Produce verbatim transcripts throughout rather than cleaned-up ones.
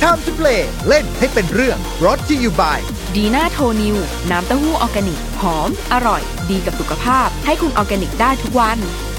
Time to Play เล่นให้เป็นเรื่อง Brought to you by ดีน่าโทนิวน้ำเต้าหู้ออร์แกนิกหอมอร่อยดีกับสุขภาพให้คุณออร์แกนิกได้ทุกวัน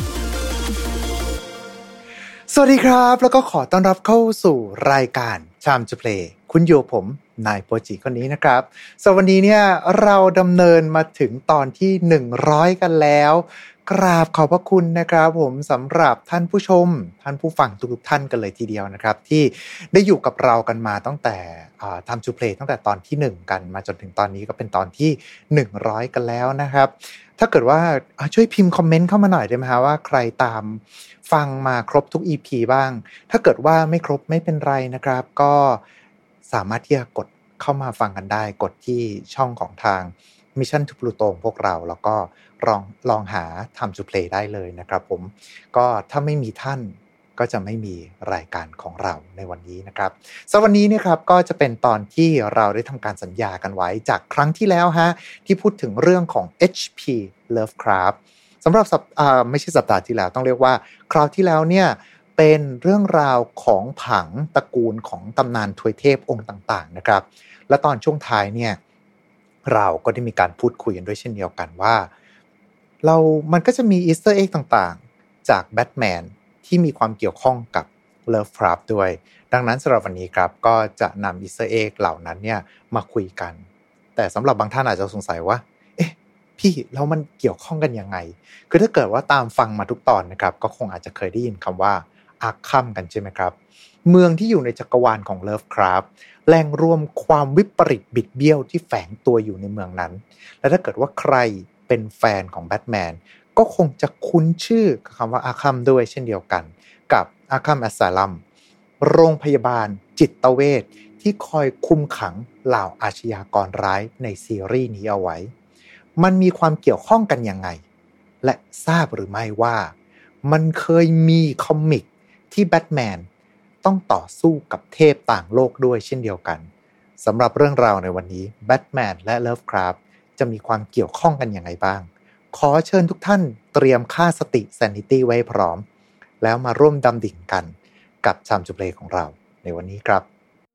สวัสดีครับแล้วก็ขอต้อนรับเข้าสู่รายการ Time to Play คุณอยู่ผมนายโปจิคนนี้นะครับสำหรับวันนี้เนี่ยเราดำเนินมาถึงตอนที่หนึ่งร้อยกันแล้วกราบขอบพระคุณนะครับผมสำหรับท่านผู้ชมท่านผู้ฟังทุกๆท่านกันเลยทีเดียวนะครับที่ได้อยู่กับเรากันมาตั้งแต่อ่า Time to Play ตั้งแต่ตอนที่หนึ่งกันมาจนถึงตอนนี้ก็เป็นตอนที่หนึ่งร้อยกันแล้วนะครับถ้าเกิดว่าช่วยพิมพ์คอมเมนต์เข้ามาหน่อยได้มั้ยฮะว่าใครตามฟังมาครบทุก อี พี บ้างถ้าเกิดว่าไม่ครบไม่เป็นไรนะครับก็สามารถที่จะกดเข้ามาฟังกันได้กดที่ช่องของทาง Mission to Pluto พวกเราแล้วก็ลองลองหา Time to Play ได้เลยนะครับผมก็ถ้าไม่มีท่านก็จะไม่มีรายการของเราในวันนี้นะครับสำหรับวันนี้เนี่ยครับก็จะเป็นตอนที่เราได้ทำการสัญญากันไว้จากครั้งที่แล้วฮะที่พูดถึงเรื่องของ เอช พี Lovecraft สำหรับสัปอ่าไม่ใช่สัปดาห์ที่แล้วต้องเรียกว่าคราวที่แล้วเนี่ยเป็นเรื่องราวของผังตระกูลของตำนานทวยเทพองค์ต่างๆนะครับและตอนช่วงท้ายเนี่ยเราก็ได้มีการพูดคุยกันด้วยเช่นเดียวกันว่าเรามันก็จะมีอีสเตอร์เอ็กต่างๆจากแบทแมนที่มีความเกี่ยวข้องกับ Lovecraft ด้วยดังนั้นสำหรับวันนี้ครับก็จะนำอีสเตอร์เอ็กเหล่านั้นเนี่ยมาคุยกันแต่สำหรับบางท่านอาจจะสงสัยว่าเอ๊ะพี่แล้วมันเกี่ยวข้องกันยังไงคือถ้าเกิดว่าตามฟังมาทุกตอนนะครับก็คงอาจจะเคยได้ยินคำว่าอาร์คัมกันใช่ไหมครับเมืองที่อยู่ในจักรวาลของ Lovecraft แหล่งรวมความวิปริตบิดเบี้ยวที่แฝงตัวอยู่ในเมืองนั้นและถ้าเกิดว่าใครเป็นแฟนของแบทแมนก็คงจะคุ้นชื่อคำว่าอาร์คัมด้วยเช่นเดียวกันกับอาร์คัมแอสไซลัมโรงพยาบาลจิตเวชที่คอยคุมขังเหล่าอาชญากรร้ายในซีรีส์นี้เอาไว้มันมีความเกี่ยวข้องกันยังไงและทราบหรือไม่ว่ามันเคยมีคอมิกที่แบทแมนต้องต่อสู้กับเทพต่างโลกด้วยเช่นเดียวกันสำหรับเรื่องราวในวันนี้แบทแมนและ Lovecraft จะมีความเกี่ยวข้องกันยังไงบ้างขอเชิญทุกท่านเตรียมค่าสติ Sanity ไว้พร้อมแล้วมาร่วมดำดิ่งกันกับ Time to Play ของเราในวันนี้ครับ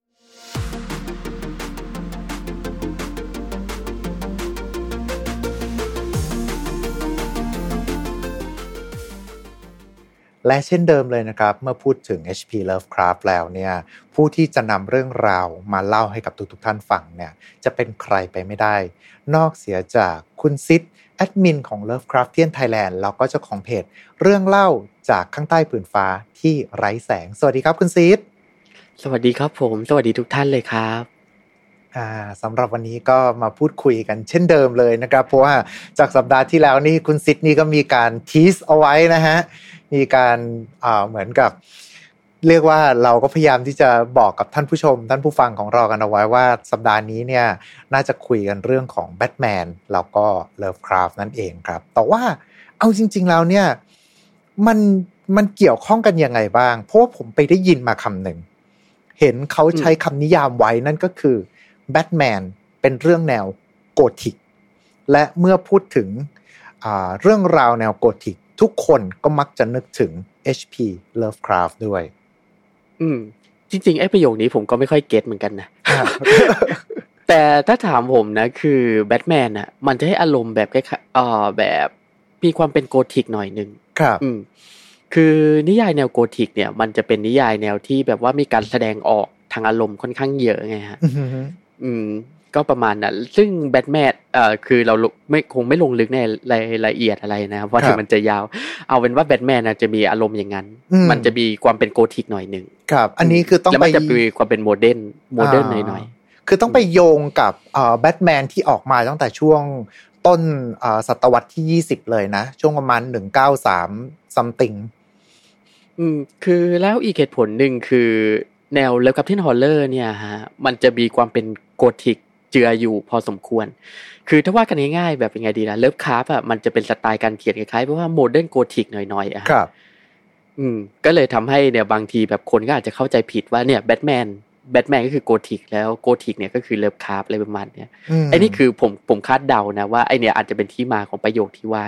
และเช่นเดิมเลยนะครับเมื่อพูดถึง เอช พี Lovecraft แล้วเนี่ยผู้ที่จะนำเรื่องราวมาเล่าให้กับทุกๆท่านฟังเนี่ยจะเป็นใครไปไม่ได้นอกเสียจากคุณซิดแอดมินของ Lovecraftian Thailand แล้วก็เจ้าของเพจเรื่องเล่าจากข้างใต้ผืนฟ้าที่ไร้แสงสวัสดีครับคุณซิดสวัสดีครับผมสวัสดีทุกท่านเลยครับอ่าสำหรับวันนี้ก็มาพูดคุยกันเช่นเดิมเลยนะครับเพราะว่าจากสัปดาห์ที่แล้วนี่คุณซิดนี่ก็มีการทีสเอาไว้นะฮะมีการอ่าเหมือนกับเรียกว่าเราก็พยายามที่จะบอกกับท่านผู้ชมท่านผู้ฟังของเรากันเอาไว้ว่าสัปดาห์นี้เนี่ยน่าจะคุยกันเรื่องของแบทแมนแล้วก็ Lovecraft นั่นเองครับแต่ว่าเอาจริงๆแล้วเนี่ยมันมันเกี่ยวข้องกันยังไงบ้างเพราะว่าผมไปได้ยินมาคำหนึ่งเห็นเขาใช้คำนิยามไว้นั่นก็คือแบทแมนเป็นเรื่องแนวโกธิกและเมื่อพูดถึงอ่าเรื่องราวแนวโกธิกทุกคนก็มักจะนึกถึง เอช พี Lovecraft ด้วยอืมจริงๆไอ้ประโยคนี้ผมก็ไม่ค่อยเก็ทเหมือนกันนะ แต่ถ้าถามผมนะคือแบทแมนน่ะมันจะให้อารมณ์แบบคล้ายๆเอ่อแบบมีความเป็นโกธิกหน่อยนึงครับอืมคือนิยายแนวโกธิกเนี่ยมันจะเป็นนิยายแนวที่แบบว่ามีการแสดงออกทางอารมณ์ค่อนข้างเยอะไงฮะอืมก็ประมาณนั้นซึ่งแบทแมนเอ่อคือเราไม่คงไม่ลงลึกในรายละเอียดอะไรนะครับเพราะถึงมันจะยาวเอาเป็นว่าแบทแมนน่ะจะมีอารมณ์อย่างนั้นมันจะมีความเป็นโกธิกหน่อยนึงครับอันนี้คือต้องไปแล้วมันจะมีความเป็นโมเดิร์นโมเดิร์นหน่อยๆคือต้องไปโยงกับเอ่อแบทแมนที่ออกมาตั้งแต่ช่วงต้นเอ่อศตวรรษที่ยี่สิบเลยนะช่วงประมาณหนึ่งเก้าสาม something อืมคือแล้วอีกเหตุผลนึงคือแนว Lovecraftian Horror เนี่ยฮะมันจะมีความเป็นโกธิกเจืออยู่พอสมควรคือถ้าว่ากันง่ายๆแบบยังไงดีล่ะ Lovecraft อ่ะมันจะเป็นสไตล์การเขียนคล้ายๆเพราะว่าโมเดิร์นโกธิกหน่อยๆอ่ะครับอืมก็เลยทำให้เนี่ยบางทีแบบคนก็อาจจะเข้าใจผิดว่าเนี่ยแบทแมนแบทแมนก็คือโกธิกแล้วโกธิกเนี่ยก็คือเลิฟคราฟอะไรประมาณเนี้ยไอ้นี่คือผมผมคาดเดานะว่าไอ้เนี่ยอาจจะเป็นที่มาของประโยคที่ว่าเนี่ย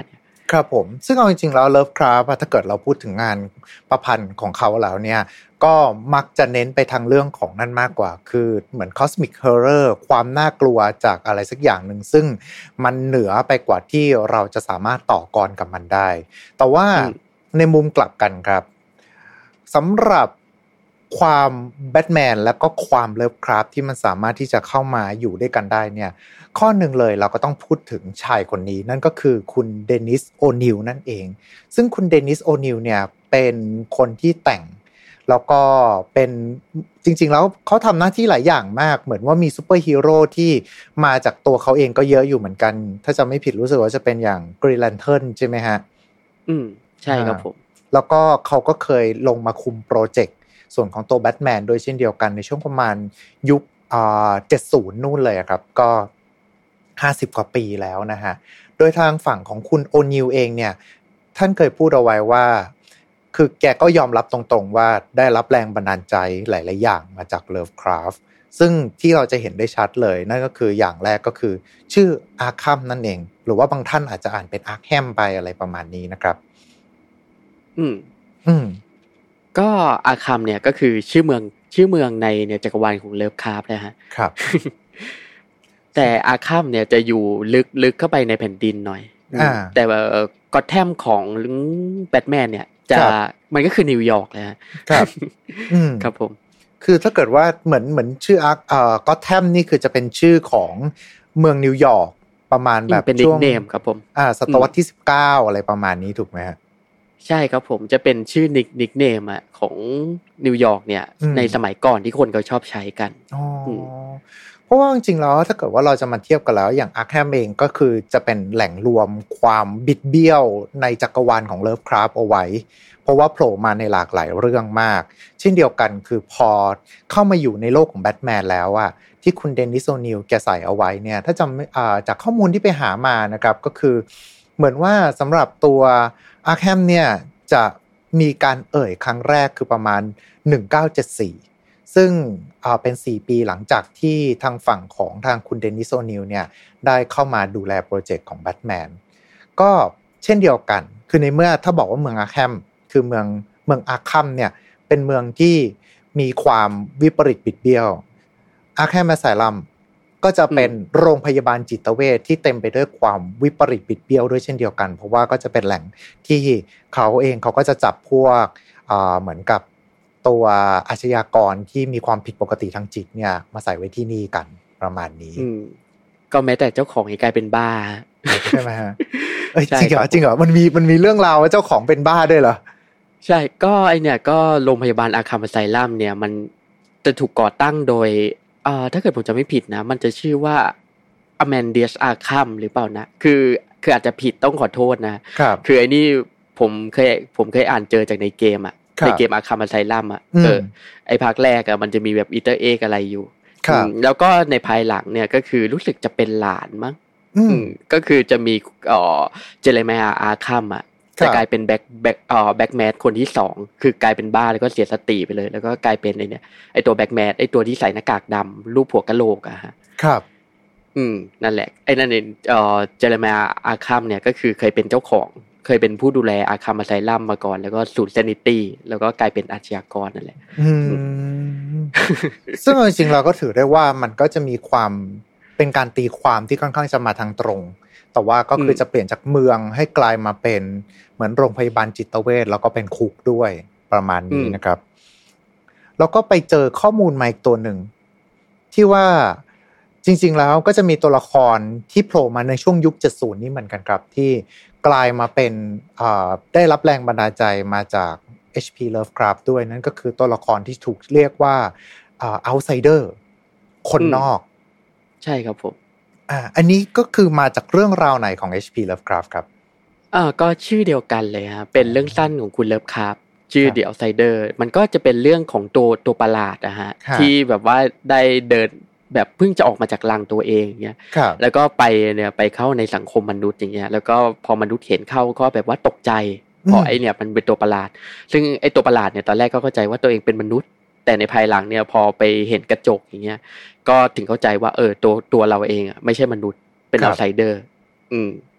ครับผมซึ่งเอาจริงๆแล้ว Lovecraft ถ้าเกิดเราพูดถึงงานประพันธ์ของเขาแล้วเนี่ยก็มักจะเน้นไปทางเรื่องของนั่นมากกว่าคือเหมือน Cosmic Horror ความน่ากลัวจากอะไรสักอย่างนึงซึ่งมันเหนือไปกว่าที่เราจะสามารถต่อกรกับมันได้แต่ว่าในมุมกลับกันครับสำหรับความแบทแมนและก็ความเลิฟคราฟที่มันสามารถที่จะเข้ามาอยู่ด้วยกันได้เนี่ยข้อหนึ่งเลยเราก็ต้องพูดถึงชายคนนี้นั่นก็คือคุณเดนิสโอนิลนั่นเองซึ่งคุณเดนิสโอนิลเนี่ยเป็นคนที่แต่งแล้วก็เป็นจริงๆแล้วเขาทำหน้าที่หลายอย่างมากเหมือนว่ามีซูเปอร์ฮีโร่ที่มาจากตัวเขาเองก็เยอะอยู่เหมือนกันถ้าจะไม่ผิดรู้สึกว่าจะเป็นอย่างกรีนแลนเทิร์นใช่ไหมฮะอืมใช่ครับผมแล้วก็เขาก็เคยลงมาคุมโปรเจกต์ส่วนของตัวแบทแมนโดยเช่นเดียวกันในช่วงประมาณยุคอ่าเจ็ดสิบนู่นเลยครับก็ห้าสิบกว่าปีแล้วนะฮะโดยทางฝั่งของคุณโอนิลเองเนี่ยท่านเคยพูดเอาไว้ว่าคือแกก็ยอมรับตรงๆว่าได้รับแรงบันดาลใจหลายๆอย่างมาจาก Lovecraft ซึ่งที่เราจะเห็นได้ชัดเลยนั่นก็คืออย่างแรกก็คือชื่ออาร์คัมนั่นเองหรือว่าบางท่านอาจจะอ่านเป็นอาร์แฮมไปอะไรประมาณนี้นะครับอืมอืมก็อาร์คัมเนี่ยก็คือชื่อเมืองชื่อเมืองในเนี่ยจักรวาลของเลิฟคราฟต์นะฮะครับแต่อาร์คัมเนี่ยจะอยู่ลึกลึกเข้าไปในแผ่นดินหน่อยแต่ว่าก็อตแธมของแบทแมนเนี่ยจะมันก็คือนิวยอร์กเลยฮะครับอืมครับผมคือถ้าเกิดว่าเหมือนเหมือนชื่ออาร์เอ่อก็อตแธมนี่คือจะเป็นชื่อของเมืองนิวยอร์กประมาณแบบช่วงเนมครับผมอ่าศตวรรษที่สิบเก้าอะไรประมาณนี้ถูกไหมฮะใช่ครับผมจะเป็นชื่อนิกนิกเนมอ่ะของนิวยอร์กเนี่ยในสมัยก่อนที่คนเขาชอบใช้กันอ๋อเพราะว่าจริงๆแล้วถ้าเกิดว่าเราจะมาเทียบกันแล้วอย่างอาร์แฮมเองก็คือจะเป็นแหล่งรวมความบิดเบี้ยวในจักรวาลของเลิฟคราฟต์เอาไว้เพราะว่าโผล่มาในหลากหลายเรื่องมากเช่นเดียวกันคือพอเข้ามาอยู่ในโลกของแบทแมนแล้วอะที่คุณเดนิสโอนิลแกใส่เอาไว้เนี่ยถ้าจำอ่าจากข้อมูลที่ไปหามานะครับก็คือเหมือนว่าสำหรับตัวอาร์แฮมเนี่ยจะมีการเอ่ยครั้งแรกคือประมาณหนึ่งพันเก้าร้อยเจ็ดสิบสี่ซึ่งอ่าเป็นสี่ปีหลังจากที่ทางฝั่งของทางคุณเดนิสโอนิลเนี่ยได้เข้ามาดูแลโปรเจกต์ของแบทแมนก็เช่นเดียวกันคือในเมื่อถ้าบอกว่าเมืองอาร์แฮมคือเมืองเมืองอาร์คัมเนี่ยเป็นเมืองที่มีความวิปริตบิดเบี้ยวอาร์แฮมแอสไซลัมก็จะเป็นโรงพยาบาลจิตเวชที่เต็มไปด้วยความวิปริตบิดเบี้ยวด้วยเช่นเดียวกันเพราะว่าก็จะเป็นแหล่งที่เขาเองเขาก็จะจับพวกอ่าเหมือนกับตัวอาชญากรที่มีความผิดปกติทางจิตเนี่ยมาใส่ไว้ที่นี่กันประมาณนี้ก็แม้แต่เจ้าของกลายเป็นบ้าใช่ไหมฮะเอ้ยจริงเหรอจริงเหรอมันมีมันมีเรื่องราวว่าเจ้าของเป็นบ้าด้วยเหรอใช่ก็ไอเนี่ยก็โรงพยาบาลอาคัมไซลัมเนี่ยมันจะถูกก่อตั้งโดยอ่าถ้าเกิดผมจำไม่ผิดนะมันจะชื่อว่าอแมนเดียสอาคัมหรือเปล่านะคือคืออาจจะผิดต้องขอโทษนะครับคือไอ้นี่ผมเคยผมเคยอ่านเจอจากในเกมอ่ะในเกมอาคัมไซลัมอ่ะเออไอภาคแรกอ่ะมันจะมีแบบอีเตอร์เอ็กอะไรอยู่แล้วก็ในภายหลังเนี่ยก็คือรู้สึกจะเป็นหลานมั้งก็คือจะมีเอ่อเจเรมายาอาคัมอ่ะจะกลายเป็นแบ็คแบ็คเอ่อแบ็คแมทคนที่สองคือกลายเป็นบ้าแล้วก็เสียสติไปเลยแล้วก็กลายเป็นไอ้เนี่ยไอ้ตัวแบ็คแมทไอ้ตัวที่ใส่หน้ากากดำรูปหัวกะโหลกอะฮะครับอืมนั่นแหละไอ้นั่นเองเอ่อเจเรมายาอาคัมเนี่ยก็คือเคยเป็นเจ้าของเคยเป็นผู้ดูแลอาคัมไซลัมมาก่อนแล้วก็สูตรเซนิตี้แล้วก็กลายเป็นอาชญากรนั่นแหละอืมซึ่งจริงๆเราก็ถือได้ว่ามันก็จะมีความเป็นการตีความที่ค่อนข้างจะมาทางตรงแต่ว่าก็คือจะเปลี่ยนจากเมืองให้กลายมาเป็นเหมือนโรงพยาบาลจิตเวชแล้วก็เป็นคุกด้วยประมาณนี้นะครับแล้วก็ไปเจอข้อมูลมาอีกตัวหนึ่งที่ว่าจริงๆแล้วก็จะมีตัวละครที่โผล่มาในช่วงยุคเจ็ดสิบนี่เหมือนกันครับที่กลายมาเป็นได้รับแรงบันดาลใจมาจาก เอช พี Lovecraft ด้วยนั่นก็คือตัวละครที่ถูกเรียกว่า outsider คนนอกใช่ครับผมอ่าอันนี้ก็คือมาจากเรื่องราวไหนของ เอช พี Lovecraft ครับอ่าก็ชื่อเดียวกันเลยฮะเป็นเรื่องสั้นของคุณ Lovecraft ชื่อ The Outsider มันก็จะเป็นเรื่องของตัวตัวประหลาดนะฮะที่แบบว่าได้เดินแบบเพิ่งจะออกมาจากรังตัวเองเงี้ยแล้วก็ไปเนี่ยไปเข้าในสังคมมนุษย์อย่างเงี้ยแล้วก็พอมนุษย์เห็นเข้าก็แบบว่าตกใจเพราะไอเนี่ยมันเป็นตัวประหลาดซึ่งไอตัวประหลาดเนี่ยตอนแรกก็เข้าใจว่าตัวเองเป็นมนุษย์แต่ในภายหลังเนี่ยพอไปเห็นกระจกอย่างเงี้ยก็ถึงเข้าใจว่าเออตัวตัวเราเองอ่ะไม่ใช่มนุษย์เป็นเอาท์ไซเดอร์อืม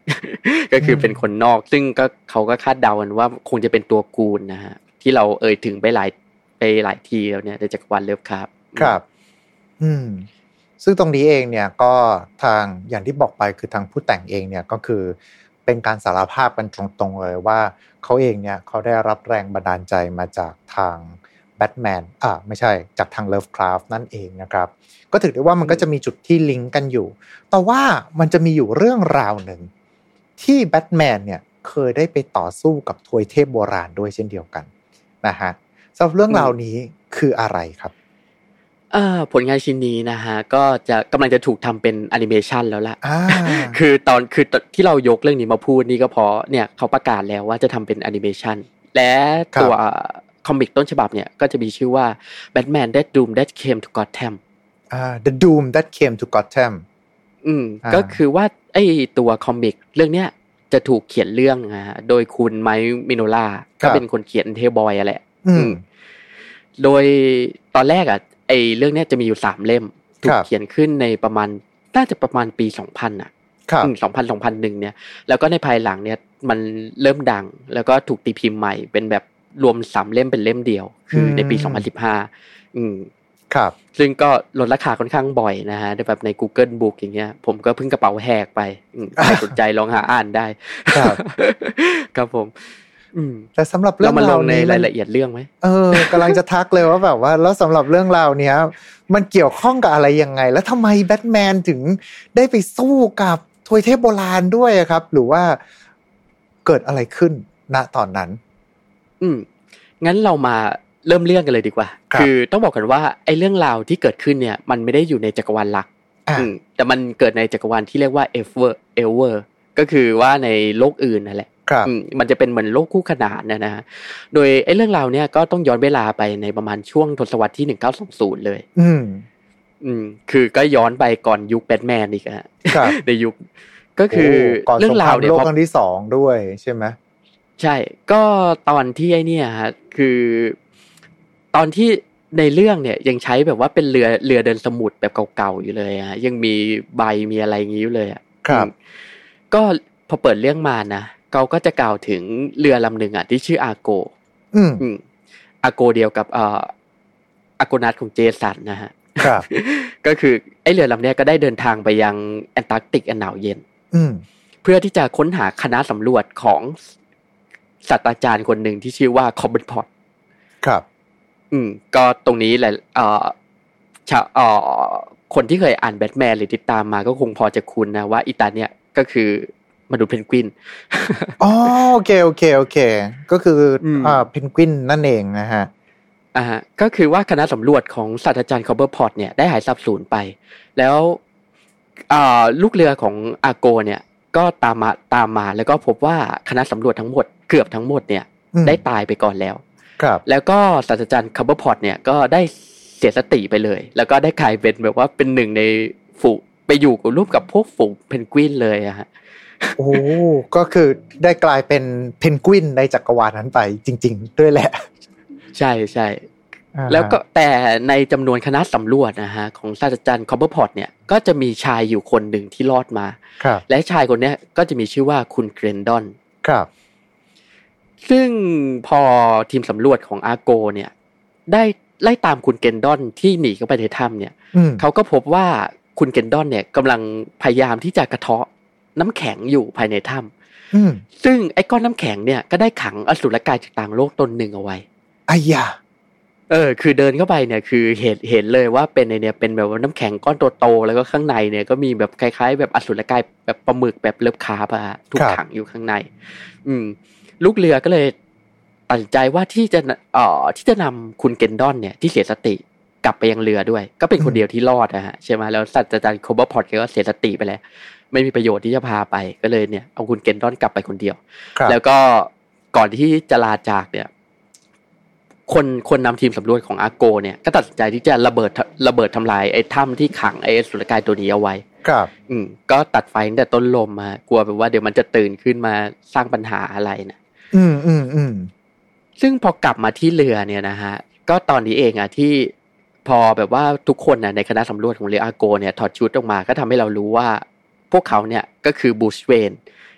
ก็คือเป็นคนนอกซึ่งก็เขาก็คาดเดากันว่าคงจะเป็นตัวกูลนะฮะที่เราเอ่ยถึงไปหลายไปหลายทีแล้วเนี่ยในจักรวาลเลิฟคราฟต์ครับอืมซึ่งตรงนี้เองเนี่ยก็ทางอย่างที่บอกไปคือทางผู้แต่งเองเนี่ยก็คือเป็นการสารภาพกันตรงๆเลยว่าเขาเองเนี่ยเขาได้รับแรงบันดาลใจมาจากทางแบทแมนอ่าไม่ใช่จากทางเลิฟคราฟต์นั่นเองนะครับก็ถือได้ว่ามันก็จะมีจุดที่ลิงก์กันอยู่แต่ว่ามันจะมีอยู่เรื่องราวหนึ่งที่แบทแมนเนี่ยเคยได้ไปต่อสู้กับทวยเทพโบราณด้วยเช่นเดียวกันนะฮะสำหรับเรื่องราวนี้คืออะไรครับอ่าผลงานชิ้นนี้นะฮะก็จะกำลังจะถูกทำเป็นแอนิเมชันแล้วล่ะ คือตอนคือที่เรายกเรื่องนี้มาพูดนี่ก็เพราะเนี่ยเขาประกาศแล้วว่าจะทำเป็นแอนิเมชันและตัวคอมิกต้นฉบับเนี่ยก็จะมีชื่อว่า Batman That Doom That Came to Gotham อ่า The Doom That Came to Gotham อืมก็คือว่าไอ้ตัวคอมิกเรื่องเนี้ยจะถูกเขียนเรื่องนะฮะโดยคุณไมค์มิโนล่าก็เป็นคนเขียนเทลบอยแหละอืมโดยตอนแรกอ่ะไอ้เรื่องเนี้ยจะมีอยู่สามเล่มถูกเขียนขึ้นในประมาณน่าจะประมาณปีสองพันอ่ะอืมสองพัน สองพันหนึ่งเนี่ยแล้วก็ในภายหลังเนี่ยมันเริ่มดังแล้วก็ถูกตีพิมพ์ใหม่เป็นแบบรวมสามเล่มเป็นเล่มเดียวคือในปีสองพันสิบห้าอืมครับซึ่งก็ลดราคาค่อนข้างบ่อยนะฮะแบบใน Google Book อย่างเงี้ยผมก็เพิ่งกระเป๋าแหกไปอืมใครสนใจลองหาอ่านได้ครับครับผมอืมแต่สำหรับเรื่องราวในรายละเอียดเรื่องไหมเออกำลังจะทักเลยว่าแบบว่าแล้วสำหรับเรื่องราวเนี้ยมันเกี่ยวข้องกับอะไรยังไงแล้วทำไมแบทแมนถึงได้ไปสู้กับทวยเทพโบราณด้วยครับหรือว่าเกิดอะไรขึ้นณตอนนั้นอืมงั้นเรามาเริ่มเรื่องกันเลยดีกว่า ค, คือต้องบอกกันว่าไอ้เรื่องราวที่เกิดขึ้นเนี่ยมันไม่ได้อยู่ในจักรวาลหลักอืมแต่มันเกิดในจักรวาลที่เรียกว่าเอเวอร์เอเวอร์ก็คือว่าในโลกอื่นนั่นแหละมันจะเป็นเหมือนโลกคู่ขนานนะนะโดยไอ้เรื่องราวเนี่ยก็ต้องย้อนเวลาไปในประมาณช่วงทศวรรษที่หนึ่งพันเก้าร้อยยี่สิบเลยอืมอืมคือก็ย้อนไปก่อนยุคแบทแมนอีกอ่ะในยุคก็คือเรื่องราวเนี่ยโลกครั้งที่สองด้วยใช่ไหมใช่ก็ตอนที่ไอ้นี่ฮะคือตอนที่ในเรื่องเนี่ยยังใช้แบบว่าเป็นเรือเรือเดินสมุทรแบบเก่าๆอยู่เลยอ่ะยังมีใบมีอะไรอย่างงี้อยู่เลยอ่ะครับก็พอเปิดเรื่องมานะเขาก็จะกล่าวถึงเรือลำหนึ่งอ่ะที่ชื่ออาโกอืมอาโกเดียวกับเอ่ออาโกนัสของเจสันนะฮะครับก็คือไอ้เรือลำเนี้ยก็ได้เดินทางไปยังแอนตาร์กติกอันหนาวเย็นอืมเพื่อที่จะค้นหาคณะสำรวจของศาสตราจารย์คนหนึ่งที่ชื่อว่าคอบเบนพอตครับอืมก็ตรงนี้แหละเอ่อชาวเอ่อคนที่เคยอ่านแบทแมนหรือติดตามมาก็คงพอจะคุ้นนะว่าอีตาเนี่ยก็คือมนุษย์เพนกวินอ๋อโอเคโอเคโอเคก็คืออ่าเพนกวินนั่นเองนะฮะอ่าฮะก็คือว่าคณะสำรวจของศาสตราจารย์คอเบอร์พอตเนี่ยได้หายสับสูญไปแล้วอ่าลูกเรือของอาโกเนี่ยก็ตามมาตามมาแล้วก็พบว่าคณะสำรวจทั้งหมดเกือบทั้งหมดเนี่ยได้ตายไปก่อนแล้วครับแล้วก็ศาสตราจารย์คอเบอร์พอตเนี่ยก็ได้เสียสติไปเลยแล้วก็ได้กลายเป็นแบบว่าเป็นหนึ่งในฝูงไปอยู่กับร่วมกับพวกฝูงเพนกวินเลยอะฮะโอ้ก็คือได้กลายเป็นเพนกวินในจักรวาลนั้นไปจริงๆด้วยแหละใช่ใช่แล้วก็แต่ในจำนวนคณะสำรวจนะฮะของศาสตราจารย์คอเบอร์พอตเนี่ยก็จะมีชายอยู่คนหนึ่งที่รอดมาและชายคนนี้ก็จะมีชื่อว่าคุณเกรนดอนครับซึ่งพอทีมสำรวจของอาโกเนี่ยได้ไล่ตามคุณเกรนดอนที่หนีเข้าไปในถ้ำเนี่ยเขาก็พบว่าคุณเกรนดอนเนี่ยกำลังพยายามที่จะกระเทาะน้ำแข็งอยู่ภายในถ้ำซึ่งไอ้ก้อนน้ำแข็งเนี่ยก็ได้ขังอสุรกายจากต่างโลกตนหนึ่งเอาไว้อ้ยาเออคือเดินเข้าไปเนี่ยคือเห็นเห็นเลยว่าเป็นในเนี่ยเป็นแบบว่าน้ำแข็งก้อนโตๆแล้วก็ข้างในเนี่ยก็มีแบบคล้ายๆแบบอสุรกายแบบปลาหมึกแบบเลิฟคาร์บอะถูกขังอยู่ข้างในอืมลูกเรือก็เลยตัดสินใจว่าที่จะเอ่อที่จะนำคุณเกนดอนเนี่ยที่เสียสติกลับไปยังเรือด้วยก็เป็นคนเดียวที่รอดนะฮะใช่ไหมแล้วศาสตราจารย์โคเบอร์พอตก็เสียสติไปแล้วไม่มีประโยชน์ที่จะพาไปก็เลยเนี่ยเอาคุณเกนดอนกลับไปคนเดียวแล้วก็ก่อนที่จะลาจากเนี่ยคนคนนำทีมสำรวจของอาโกเนี่ยก็ตัดสินใจที่จะระเบิดระเบิดทำลายไอ้ถ้ำที่ขังไอ้สุรกายตัวนี้เอาไว้ครับอืมก็ตัดไฟตั้งแต่ต้นลมมากลัวแบบว่าเดี๋ยวมันจะตื่นขึ้นมาสร้างปัญหาอะไรนะอืมอืมอืมซึ่งพอกลับมาที่เรือเนี่ยนะฮะก็ตอนนี้เองอ่ะที่พอแบบว่าทุกคนน่ะในคณะสำรวจของเรืออาโกเนี่ยถอดชุดออกมาก็ทำให้เรารู้ว่าพวกเขาเนี่ยก็คือบูชเวน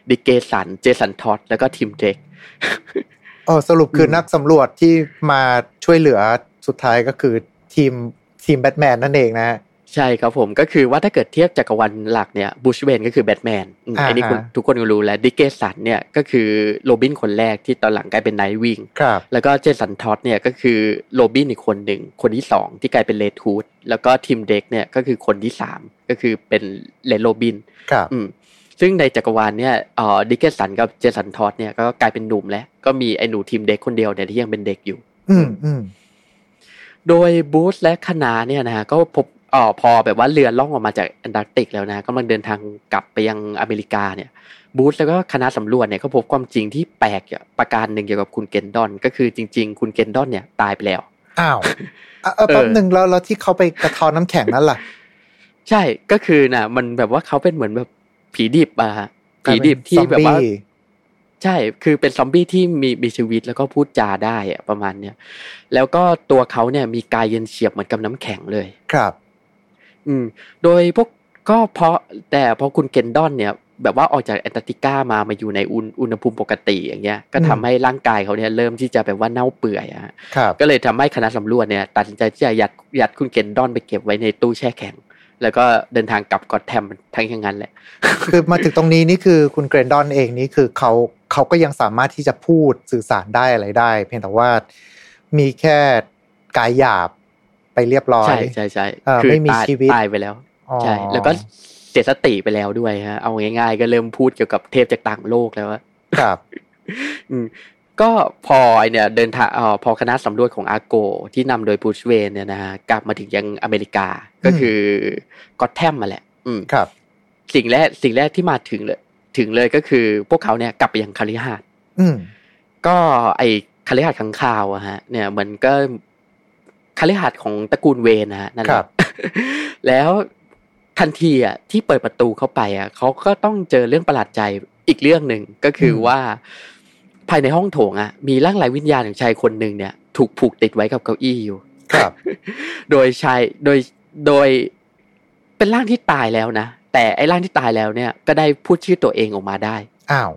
ดิกเกสันเจสันท็อดแล้วก็ทีมเดรกอ๋อสรุปคือนักสำรวจที่มาช่วยเหลือสุดท้ายก็คือทีมทีมแบทแมนนั่นเองนะใช่ครับผมก็คือว่าถ้าเกิดเทียบจักรวาลหลักเนี่ยบูชเวนก็คือแบทแมนอันนี้ทุกคนก็รู้แล้วดิกเกสันเนี่ยก็คือโรบินคนแรกที่ตอนหลังกลายเป็นไนท์วิงแล้วก็เจสันท็อดเนี่ยก็คือโรบินอีกคนหนึ่งคนที่สองที่กลายเป็นเรดฮูดแล้วก็ทีมเด็กเนี่ยก็คือคนที่สามก็คือเป็นเรดโรบินอืมซึ่งในจักรวาลเนี่ยเอ่อดิกเกสันกับเจสันท็อดเนี่ยก็กลายเป็นหนุ่มแล้วก็มีไอ้หนูทีมเด็กคนเดียวเนี่ยที่ยังเป็นเด็กอยู่อืมอืมโดยบูธและคณะเนี่ยนะฮะก็พบอ๋อพอแบบว่าเรือล่องออกมาจากแอนตาร์กติกแล้วนะกำลังเดินทางกลับไปยังอเมริกาเนี่ยบูธแล้วก็คณะสำรวจเนี่ยก็พบความจริงที่แปลกประการหนึ่งเกี่ยวกับคุณเกนดอนก็คือจริงๆคุณเกนดอนเนี่ยตายไปแล้วอ้าวเออแป๊บนึงแล้วแล้วที่เขาไปกระทอนน้ำแข็งนั่นล่ะใช่ก็คือน่ะมันแบบว่าเขาเป็นเหมือนแบบผีดิบอ่ะผีดิบที่แบบว่าใช่คือเป็นซอมบี้ที่มีมีชีวิตแล้วก็พูดจาได้อะประมาณเนี้ยแล้วก็ตัวเขาเนี่ยมีกายเย็นเฉียบเหมือนกับน้ำแข็งเลยครับอืมโดยพวกก็เพราะแต่พอคุณเกนดอนเนี่ยแบบว่าออกจากแอนตาร์กติกามามาอยู่ในอุณอุณหภูมิปกติอย่างเงี้ยก็ทำให้ร่างกายเขาเนี่ยเริ่มที่จะแบบว่าเน่าเปื่อยอ่ะก็เลยทำให้คณะสำรวจเนี่ยตัดสินใจที่จะยัดยัดคุณเกนดอนไปเก็บไว้ในตู้แช่แข็งแล้วก็เดินทางกลับกอธแทมทั้งอย่างนั้นแหละคือมาถึงตรงนี้นี่คือคุณเกรนดอนเองนี่คือเขาเขาก็ยังสามารถที่จะพูดสื่อสารได้อะไรได้เพียงแต่ว่ามีแค่กายหยาบไปเรียบร้อยใช่ใช่ใช่คือไม่มีชีวิตตายไปแล้วใช่แล้วก็เสียสติไปแล้วด้วยฮะเอาง่ายๆก็เริ่มพูดเกี่ยวกับเทพจากต่างโลกแล้วครับอืมก็พอไอเนี่ยเดินทางอ๋อพอคณะสำรวจของอาโกที่นำโดยบูชเวนเนี่ยนะฮะกลับมาถึงยังอเมริกาก็คือกอธแทมมาแหละอืมครับสิ่งแรกสิ่งแรกที่มาถึงเลยถึงเลยก็คือพวกเขาเนี่ยกลับไปยังคฤหาสน์อืมก็ไอคฤหาสน์ข้างคาวอะฮะเนี่ยมันก็คฤหาสน์ของตระกูลเวนนะฮะนั่นแหละแล้วทันทีอ่ะที่เปิดประตูเข้าไปอ่ะเขาก็ต้องเจอเรื่องประหลาดใจอีกเรื่องหนึ่งก็คือว่าภายในห้องโถงอ่ะมีร่างไร้วิญญาณของชายคนหนึ่งเนี่ยถูกผูกติดไว้กับเก้าอี้อยู่ครับโดยชายโดยโดยเป็นร่างที่ตายแล้วนะแต่ไอ้ร่างที่ตายแล้วเนี่ยก็ได้พูดชื่อตัวเองออกมาได้อ้าว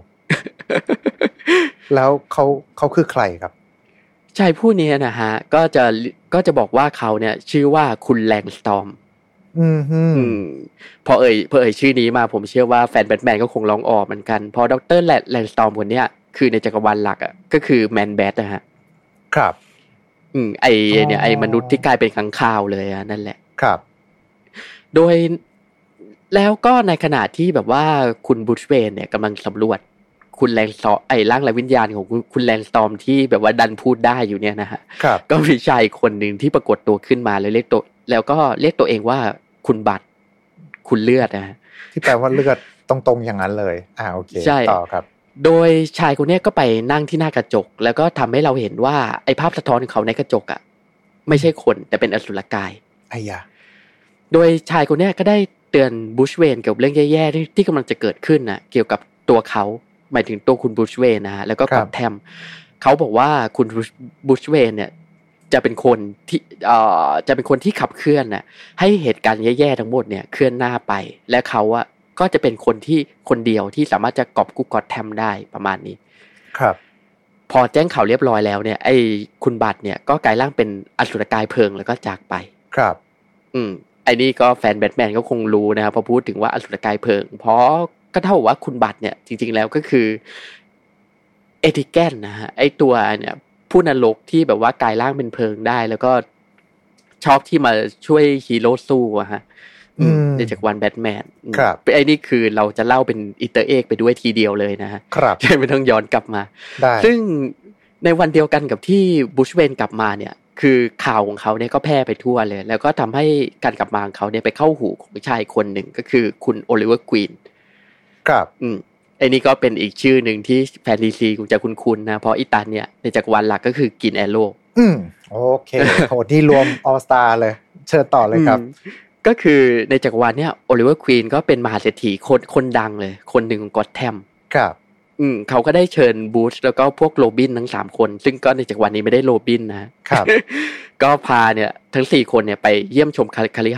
แล้วเขาเขาคือใครครับชายผู้นี้นะฮะก็จะก็จะบอกว่าเขาเนี่ยชื่อว่าคุณแลงสตอร์มอืมฮึพอเอ่ยพอเอ่ยชื่อนี้มาผมเชื่อว่าแฟนแบทแมนก็คงร้องอ๋อเหมือนกันเพราะดร. แลนสตอร์มคนเนี้ยคือในจักรวาลหลักอ่ะก็คือแมนแบทนะฮะครับอืมไอเนี่ยไอมนุษย์ที่กลายเป็นค้างคาวเลยอ่ะนั่นแหละครับโดยแล้วก็ในขณะที่แบบว่าคุณบูชเวนเนี่ยกำลังสำรวจคุณแลนสตอร์ไอร่างไร้วิญญาณของคุณแลนสตอร์มที่แบบว่าดันพูดได้อยู่เนี่ยนะฮะก็มีชายคนนึงที่ปรากฏตัวขึ้นมาแล้วเรียกตัวแล้วก็เรียกตัวเองว่าคุณบัตรคุณเลือดนะฮะที่แปลว่าเลือดตรงๆอย่างนั้นเลยอ่าโอเคต่อครับโดยชายคนนี้ก็ไปนั่งที่หน้ากระจกแล้วก็ทำให้เราเห็นว่าไอ้ภาพสะท้อนของเขาในกระจกอ่ะไม่ใช่คนแต่เป็นอสุรกายไอ้ยาโดยชายคนนี้ก็ได้เตือนบูชเวนเกี่ยวกับเรื่องแย่ๆที่ที่กำลังจะเกิดขึ้นน่ะเกี่ยวกับตัวเขาหมายถึงตัวคุณบูชเวนนะฮะแล้วก็กอธแทมเขาบอกว่าคุณบูชเวนเนี่ยจะเป็นคนที่เอ่อจะเป็นคนที่ขับเคลื่อนน่ะให้เหตุการณ์แย่ๆทั้งหมดเนี่ยเคลื่อนหน้าไปและเขาอะก็จะเป็นคนที่คนเดียวที่สามารถจะกอบกู้กอธแทมได้ประมาณนี้ครับพอแจ้งข่าวเรียบร้อยแล้วเนี่ยไอ้คุณบัตรเนี่ยก็กลายร่างเป็นอสุรกายเพลิงแล้วก็จากไปครับอืมไอ้นี่ก็แฟนแบทแมนก็คงรู้นะครับพอพูดถึงว่าอสุรกายเพลิงเพราะก็เท่ากับว่าคุณบัตรเนี่ยจริงๆแล้วก็คือเอติแกนนะฮะไอ้ตัวเนี่ยผู้นรกที่แบบว่ากลายร่างเป็นเพลิงได้แล้วก็ชอบที่มาช่วยฮีโร่สู้อะฮะในจากวันแบทแมนไอ้นี่คือเราจะเล่าเป็นอิเตอร์เอ็กไปด้วยทีเดียวเลยนะฮะไม่ต้องย้อนกลับมาซึ่งในวันเดียวกันกับที่บูชเวนกลับมาเนี่ยคือข่าวของเขาเนี่ยก็แพร่ไปทั่วเลยแล้วก็ทำให้การกลับมาของเขาเนี่ยไปเข้าหูของชายคนหนึ่งก็คือคุณโอลิเวอร์ควีนครับอืมไอ้นี่ก็เป็นอีกชื่อหนึ่งที่แฟนดีซีคงจะคุ้นๆนะเพราะอิตาเนี่ยในจักรวาลหลักก็คือกินแอโร่อืมโอเคโหที่รวมออลสตาร์เลยเชิญต่อเลยครับก็คือในจักรวาลเนี่ยโอลิเวอร์ควีนก็เป็นมหาเศรษฐีคนคนดังเลยคนหนึ่งของกอธแทมครับอืมเขาก็ได้เชิญบูชแล้วก็พวกโรบินทั้งสามคนซึ่งก็ในจักรวาลนี้ไม่ได้โรบินนะครับก็พาเนี่ยทั้งสี่คนเนี่ยไปเยี่ยมชมคฤหาสน์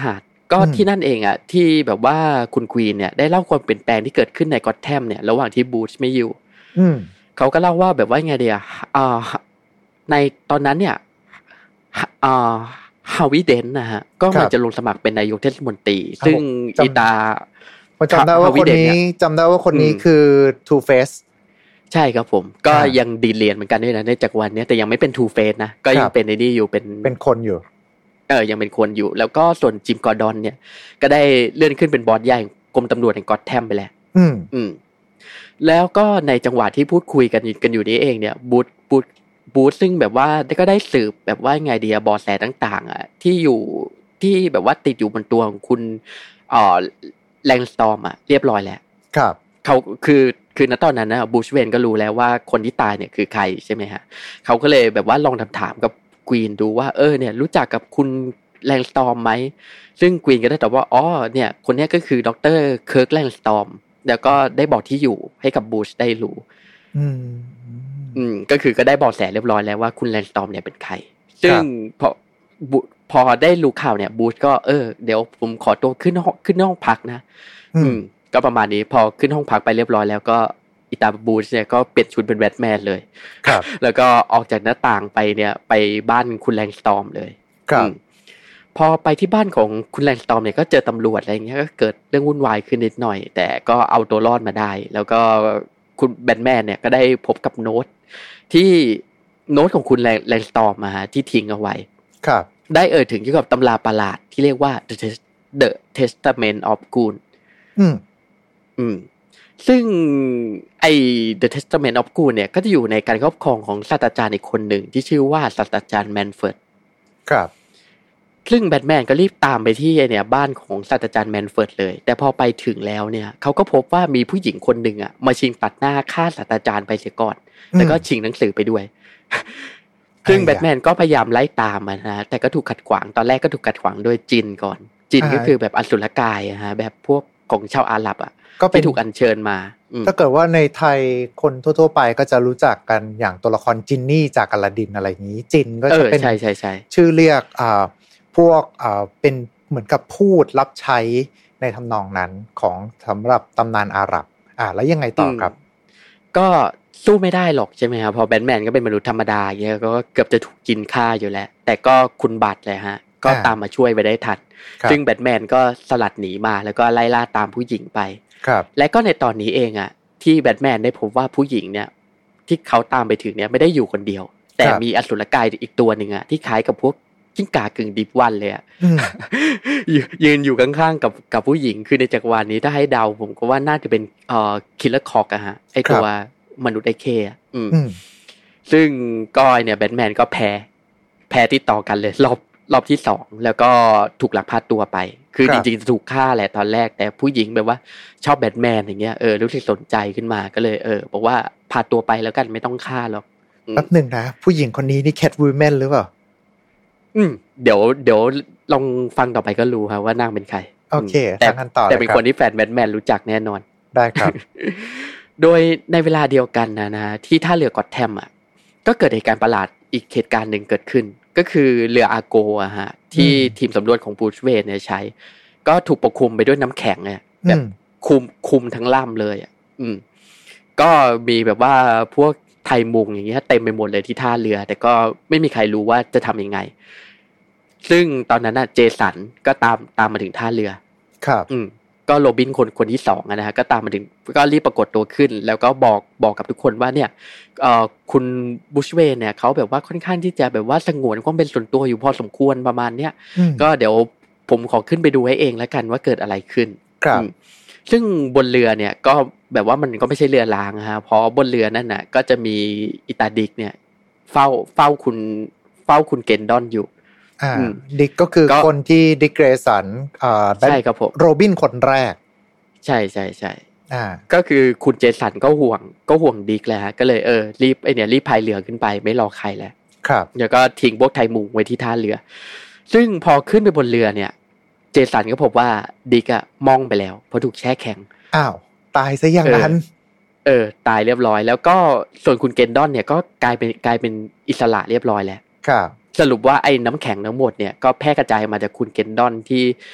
ก็ที่นั่นเองอ่ะที่แบบว่าคุณควีนเนี่ยได้เล่าความเปลี่ยนแปลงที่เกิดขึ้นในก็อตแทมเนี่ยระหว่างที่บูชไม่อยู่เขาก็เล่าว่าแบบว่าไงเดียอ่าในตอนนั้นเนี่ยอ่าฮาวิเดนนะฮะก็มันจะลงสมัครเป็นนายกเทศมนตรีซึ่งอีตาจำได้ว่าคนนี้จำได้ว่าคนนี้คือ Two Face ใช่ครับผมก็ยังดีเลียนเหมือนกันด้วยนะในจักรวาลนี้แต่ยังไม่เป็น Two Face นะก็ยังเป็นในนี่อยู่เป็นเป็นคนอยู่เออยังเป็นคนอยู่แล้วก็ส่วนจิมกอร์ดอนเนี่ยก็ได้เลื่อนขึ้นเป็นบอสใหญ่กรมตำรวจแห่งก็อตแทมไปแล้วอืมอืมแล้วก็ในจังหวะที่พูดคุยกันกันอยู่นี้เองเนี่ยบูธบูธบูธซึ่งแบบว่าก็ได้สืบแบบว่าไงดีอะบอสแสต่างๆอ่ะที่อยู่ที่แบบว่าติดอยู่บนตัวของคุณเอ่อแลงสตอร์มอ่ะเรียบร้อยแล้วครับเขาคือคือณตอนนั้นนะบูชเวนก็รู้แล้วว่าคนที่ตายเนี่ยคือใครใช่ไหมฮะเขาก็เลยแบบว่าลองถามถามกับกรีนดูว่าเออเนี่ยรู้จักกับคุณแลงสตอร์มไหมซึ่งกรีนก็ได้ตอบว่าอ๋อเนี่ยคนนี้ก็คือดร.เคิร์กแลงสตอร์มแล้วก็ได้บอกที่อยู่ให้กับบูชได้รู้อืมอืมก็คือก็ได้บอกแสเรียบร้อยแล้วว่าคุณแลงสตอร์มเนี่ยเป็นใครซึ่งพอพอได้รู้ข่าวเนี่ยบูชก็เออเดี๋ยวผมขอตัวขึ้นห้องขึ้นห้องพักนะอืมก็ประมาณนี้พอขึ้นห้องพักไปเรียบร้อยแล้วก็อีตาบูชเนี่ยก็เปลี่ยนชุดเป็นแบทแมนเลยครับแล้วก็ออกจากหน้าต่างไปเนี่ยไปบ้านคุณแลงสตอร์มเลยครับพอไปที่บ้านของคุณแลงสตอร์มเนี่ยก็เจอตำรวจอะไรอย่างเงี้ยก็เกิดเรื่องวุ่นวายขึ้นนิดหน่อยแต่ก็เอาตัวรอดมาได้แล้วก็คุณแบทแมนเนี่ยก็ได้พบกับโน้ตที่โน้ตของคุณแลงสตอร์มมาที่ทิ้งเอาไว้ครับได้เอ่ยถึงเกี่ยวกับตำราประหลาดที่เรียกว่า The Testament of Goon อืมอืมซึ่งไอ้ The Testament of Goon เนี่ยก็จะอยู่ในการครอบครองของศาสตราจารย์อีกคนหนึ่งที่ชื่อว่าศาสตราจารย์แมนเฟิร์ดครับซึ่งแบทแมนก็รีบตามไปที่เนี่ยบ้านของศาสตราจารย์แมนเฟิร์ดเลยแต่พอไปถึงแล้วเนี่ยเขาก็พบว่ามีผู้หญิงคนหนึ่งอ่ะมาชิงตัดหน้าฆ่าศาสตราจารย์ไปเสียก่อนแล้วก็ชิงหนังสือไปด้วยซึ่งแบทแมนก็พยายามไล่ตามมันนะแต่ก็ถูกขัดขวางตอนแรกก็ถูกขัดขวางโดยจินก่อนจินก็คือแบบอสุรกายอะฮะแบบพวกของชาวอาหรับอ่ะที่ถูกอัญเชิญมาถ้าเกิดว่าในไทยคนทั่วๆไปก็จะรู้จักกันอย่างตัวละครจินนี่จากอลาดินอะไรอย่างนี้จินก็จะเป็นชื่อเรียกอ่าพวกอ่าเป็นเหมือนกับพูดรับใช้ในทำนองนั้นของสำหรับตำนานอาหรับอ่าแล้วยังไงต่อครับก็สู้ไม่ได้หรอกใช่ไหมครับพอแบทแมนก็เป็นมนุษย์ธรรมดาอย่างเงี้ยก็เกือบจะถูกจินฆ่าอยู่แล้วแต่ก็คุณบัตรเลยฮะก็ตามมาช่วยไปได้ทันซึ่งแบทแมนก็สลัดหนีมาแล้วก็ไล่ล่าตามผู้หญิงไปและก็ในตอนนี้เองอ่ะที่แบทแมนได้พบว่าผู้หญิงเนี่ยที่เขาตามไปถึงเนี่ยไม่ได้อยู่คนเดียวแต่มีอสุรกายอีกตัวนึงอ่ะที่คล้ายกับพวกกิ้งก่ากึ่งดิฟวันเลยอ่ะยืนอยู่ข้างๆกับกับผู้หญิงคือในจักรวาลนี้ถ้าให้เดาผมก็ว่าน่าจะเป็นเอ่อคิลเลอร์คอกอะฮะไอตัวมนุษย์ไอเคอ่ะอืมซึ่งก้อยเนี่ยแบทแมนก็แพ้แพ้ติดต่อกันเลยรอบรอบที่สองแล้วก็ถูกลักพาตัวไปคือจริงๆจะถูกฆ่าแหละตอนแรกแต่ผู้หญิงแบบว่าชอบแบทแมนอย่างเงี้ยเออรู้สึกสนใจขึ้นมาก็เลยเออบอกว่าพาตัวไปแล้วกันไม่ต้องฆ่าหรอกแป๊บนึงนะผู้หญิงคนนี้นี่แคทวูแมนหรือเปล่าอืมเดี๋ยวเดี๋ยวลองฟังต่อไปก็รู้ครับว่านางเป็นใครโอเคแต่แต่เป็นคนที่แฟนแบทแมนรู้จักแน่นอนได้ครับโดยในเวลาเดียวกันนะนะที่ท่าเรือก็อตแทมอ่ะก็เกิดเหตุการณ์ประหลาดอีกเหตุการณ์หนึ่งเกิดขึ้นก็คือเรืออาโกอะฮะที่ทีมสำรวจของบูชเวย์เนี่ยใช้ก็ถูกปกคลุมไปด้วยน้ำแข็งเนี่ยแบบคุมคุมทั้งลำเลยอ่ะอืมก็มีแบบว่าพวกไทยมุงอย่างเงี้ยเต็มไปหมดเลยที่ท่าเรือแต่ก็ไม่มีใครรู้ว่าจะทำยังไงซึ่งตอนนั้นน่ะเจสันก็ตามตามมาถึงท่าเรือครับอืมก็โรบินคนคนที่สองนะฮะก็ตามมาถึงก็รีบปรากฏตัวขึ้นแล้วก็บอกบอกกับทุกคนว่าเนี่ยเอ่อคุณบูชเวย์เนี่ยเขาแบบว่าค่อนข้างที่จะแบบว่าสงวนความเป็นส่วนตัวอยู่พอสมควรประมาณเนี้ยก็เดี๋ยวผมขอขึ้นไปดูให้เองแล้วกันว่าเกิดอะไรขึ้นครับซึ่งบนเรือเนี่ยก็แบบว่ามันก็ไม่ใช่เรือรางฮะเพราะบนเรือนั่นน่ะก็จะมีอิตาดิกเนี่ยเฝ้าเฝ้าคุณเฝ้าคุณเกนดอนอยู่อ่าดิกก็คือคนที่ดิกเกรสันอ่าใช่ครับผมโรบินคนแรกใช่ใช่ใช่อ่าก็คือคุณเจสันก็ห่วงก็ห่วงดิกแล้วฮะก็เลยเออรีบไอเนี่ยรีบพายเรือขึ้นไปไม่รอใครแล้วครับแล้วก็ทิ้งพวกไทยมุงไว้ที่ท่าเรือซึ่งพอขึ้นไปบนเรือเนี่ยเจสันก็พบว่าดิกอะมองไปแล้วเพราะถูกแช่แข็งอ้าวตายซะอย่างนั้นเออตายเรียบร้อยแล้วก็ส่วนคุณเกนดอนเนี่ยก็กลายเป็นกลายเป็นอิสระเรียบร้อยแล้วครับสรุปว่าไอ้น้ำแข็งทั้งหมดเนี่ยก็แพร่กระจายมาจากคุณเกนดอนที่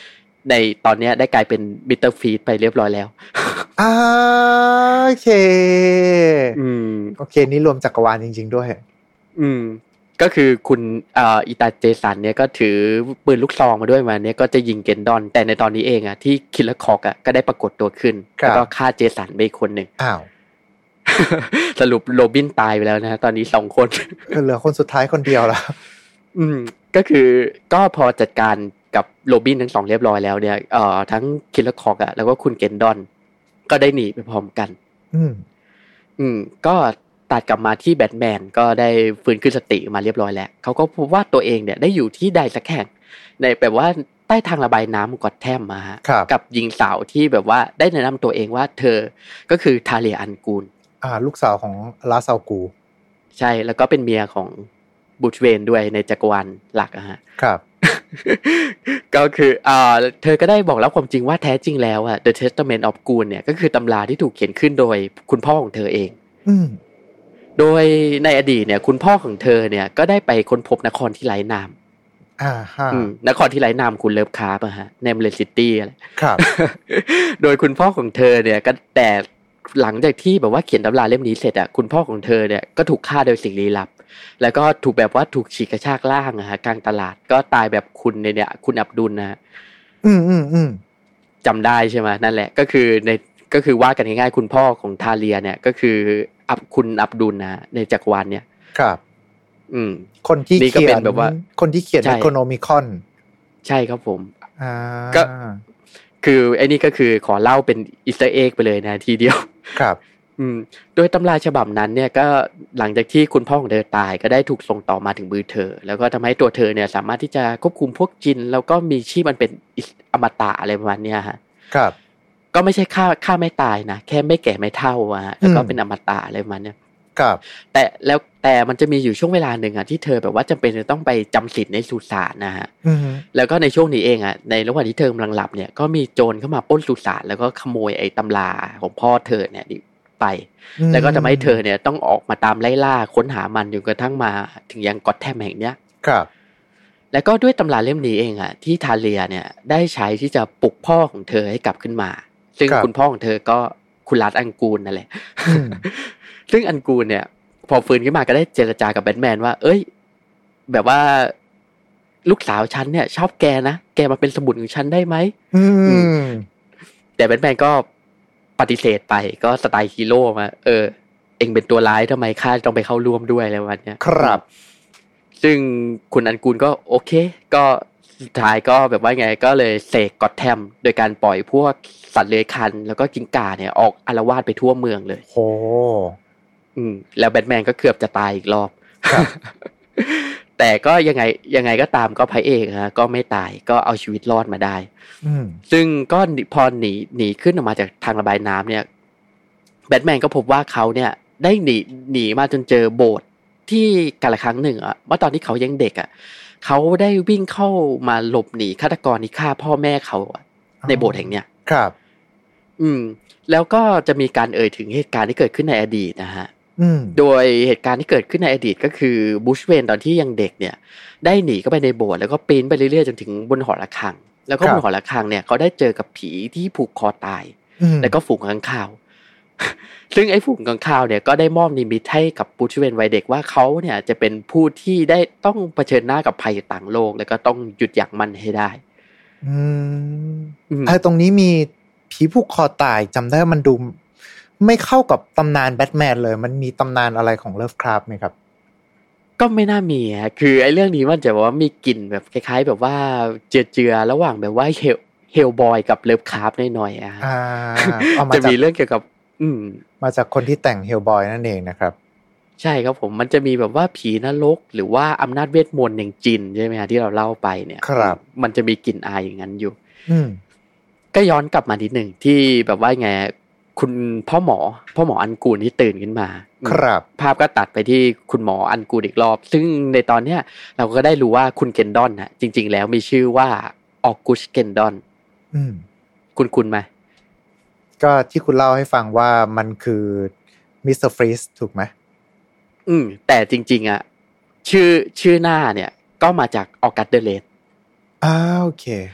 ในตอนนี้ได้กลายเป็นบิตเตอร์ฟีดไปเรียบร้อยแล้วอ่าโอเคอืมโอเคนี่รวมจักรวาลจริงๆด้วยอืมก็คือคุณอ่าอิตาเจสันเนี่ยก็ถือปืนลูกซองมาด้วยมาเนี่ยก็จะยิงเกนดอนแต่ในตอนนี้เองอ่ะที่คิลเลอร์คอกอ่ะก็ได้ปรากฏตัวขึ้นแล้วก็ฆ่าเจสันไปคนหนึ่งอ้าวสรุปโรบินตายไปแล้วนะตอนนี้สองคนเหลือคนสุดท้ายคนเดียวแล้วอืมก็คือก็พอจัดการกับโรบินทั้งสองเรียบร้อยแล้วเนี่ยเอ่อทั้งคิลเลอร์คอกอ่ะแล้วก็คุณเกนดอนก็ได้หนีไปพร้อมกันอืมอืมก็ตัดกลับมาที่แบทแมนก็ได้ฟื้นขึ้นสติมาเรียบร้อยแล้วเขาก็พบว่าตัวเองเนี่ยได้อยู่ที่ใดสักแห่งในแบบว่าใต้ทางระบายน้ำกอดแทมมาฮะกับหญิงสาวที่แบบว่าได้แนะนำตัวเองว่าเธอก็คือทาเลียอันกูลอ่าลูกสาวของลาซากูใช่แล้วก็เป็นเมียของบูชเวนด้วยในจักรวาลหลักอะฮะครับก็คืออ่าเธอก็ได้บอกแล้วความจริงว่าแท้จริงแล้วอะ The Testament of Goon เนี่ยก็คือตำราที่ถูกเขียนขึ้นโดยคุณพ่อของเธอเองอืมโดยในอดีตเนี่ยคุณพ่อของเธอเนี่ยก็ได้ไปค้นพบนครที่ไร้นามอ่าฮะนครที่ไร้นามคุณเลิฟคาร์ปอะฮะเนมเลสซิตี้อะไรครับโดยคุณพ่อของเธอเนี่ยก็แต่หลังจากที่แบบว่าเขียนตำราเล่มนี้เสร็จอะคุณพ่อของเธอเนี่ยก็ถูกฆ่าโดยสิ่งลี้ลับแล้วก็ถูกแบบว่าถูกฉีกกระชากล่างอะฮะกลางตลาดก็ตายแบบคุณเนี่ยคุณอับดุลนะอืมอืมอืมจำได้ใช่ไหมนั่นแหละก็คือในก็คือว่ากันง่ายๆคุณพ่อของทาเลียเนี่ยก็คืออับคุณอับดุลนะในจักรวาลเนี่ยครับอืมคนที่เขียนแบบว่าคนที่เขียน Necronomicon ใช่ครับผมอ่าก็คือไอ้นี่ก็คือขอเล่าเป็นอีสเตอร์เอ็กไปเลยนะทีเดียวครับอืมโดยตำราฉบับนั้นเนี่ยก็หลังจากที่คุณพ่อของเธอตายก็ได้ถูกส่งต่อมาถึงมือเธอแล้วก็ทำให้ตัวเธอเนี่ยสามารถที่จะควบคุมพวกจินแล้วก็มีชีพมันเป็นอมตะอะไรประมาณเนี้ยฮะครับก็ไม่ใช่ฆ่าฆ่าไม่ตายนะแค่ไม่แก่ไม่เฒ่าอะฮะแล้วก็เป็นอมตะอะไรประมาณเนี้ยครับแต่แล้วแต่มันจะมีอยู่ช่วงเวลาหนึ่งอ่ะที่เธอแบบว่าจำเป็นจะต้องไปจำศีลในสุสานนะฮะแล้วก็ในช่วงนี้เองอ่ะในระหว่างที่เธอกำลังหลับเนี่ยก็มีโจรเข้ามาปล้นสุสานแล้วก็ขโมยไอ้ตำราของพ่อเธอเนี่ยไปแล้วก็ทำให้เธอเนี่ยต้องออกมาตามไล่ล่าค้นหามันจนกระทั่งมาถึงยังกอตแทมแห่งเนี้ยครับแล้วก็ด้วยตำราเล่มนี้เองอ่ะที่ทาเลียเนี่ยได้ใช้ที่จะปลุกพ่อของเธอให้กลับขึ้นมาซึ่งคุณพ่อของเธอก็คุณรัตอังกูลนั่นแหละซึ่งอังกูลเนี่ยพอฟื้นขึ้นมาก็ได้เจรจากับแบทแมนว่าเอ้ยแบบว่าลูกสาวฉันเนี่ยชอบแกนะแกมาเป็นสมุนของฉันได้ไหมแต่แบทแมนก็ปฏิเสธไปก็สไตล์ฮีโร่มาเออเอ็งเป็นตัวร้ายทำไมข้าต้องไปเข้าร่วมด้วยอะไรวันเนี้ยครับซึ่งคุณอันกูลก็โอเคก็สุดท้ายก็แบบว่าไงก็เลยเสกกอตแทมโดยการปล่อยพวกสัตว์เลื้อยคลานแล้วก็กิ้งก่าเนี่ยออกอาละวาดไปทั่วเมืองเลยโอ้อืมแล้วแบทแมนก็เกือบจะตายอีกรอบ แต่ก็ยังไงยังไงก็ตามก็พระเอกฮะก็ไม่ตายก็เอาชีวิตรอดมาได้ซึ่งก็พอหนีหนีขึ้นออกมาจากทางระบายน้ำเนี่ยแบทแมนก็พบว่าเขาเนี่ยได้หนีหนีมาจนเจอโบสถ์ที่กาลครั้งหนึ่งอ่ะเมื่อตอนที่เขายังเด็กอ่ะเขาได้วิ่งเข้ามาหลบหนีฆาตกรที่ฆ่าพ่อแม่เขาในโบสถ์แห่งเนี้ยครับอืมแล้วก็จะมีการเอ่ยถึงเหตุการณ์ที่เกิดขึ้นในอดีตนะฮะโดยเหตุการณ์ที่เกิดขึ้นในอดีตก็คือบูชเวนตอนที่ยังเด็กเนี่ยได้หนีเข้าไปในโบสถ์แล้วก็ปีนไปเรื่อยๆจนถึงบนหอระฆังแล้วก็บนหอระฆังเนี่ยเขาได้เจอกับผีที่ผูกคอตายแล้วก็ฝูงค้างคาวซึ่งไอ้ฝูงค้างคาวเนี่ยก็ได้มอบนิมิตให้กับบูชเวนวัยเด็กว่าเขาเนี่ยจะเป็นผู้ที่ได้ต้องเผชิญหน้ากับภัยต่างโลกแล้วก็ต้องหยุดยั้งมันให้ได้อืมไอ้ตรงนี้มีผีผูกคอตายจำได้มันดูไม่เข้ากับตำนานแบทแมนเลยมันมีตำนานอะไรของเลิฟคราฟต์ไหมครับก็ไม่น่ามีอ่ะคือไอ้เรื่องนี้มันจะว่ามีกลิ่นแบบคล้ายๆแบบว่าเจือๆระหว่างแบบว่าเฮลเฮลบอยกับเลิฟคราฟต์หน่อยๆอ่ะอ่าจะมีเรื่องเกี่ยวกับอืมมาจากคนที่แต่งเฮลบอยนั่นเองนะครับใช่ครับผมมันจะมีแบบว่าผีนรกหรือว่าอำนาจเวทมนต์อย่างจินใช่ไหมฮะที่เราเล่าไปเนี่ยครับมันจะมีกลิ่นอายอย่างนั้นอยู่อืมก็ย้อนกลับมานิดหนึ่งที่แบบว่าไงคุณพ่อหมอพ่อหมออันกูลที่ตื่นขึ้นมาครับภาพก็ตัดไปที่คุณหมออันกูลอีกรอบซึ่งในตอนเนี้ยเราก็ได้รู้ว่าคุณเกนดอนน่ะจริงๆแล้วมีชื่อว่าออกุสเกนดอนอืมคุณคุณไหมก็ที่คุณเล่าให้ฟังว่ามันคือมิสเตอร์ฟรีสถูกไหมอืมแต่จริงๆอ่ะชื่อชื่อหน้าเนี่ยก็มาจากออกัสเดเลสอ้าวโอเค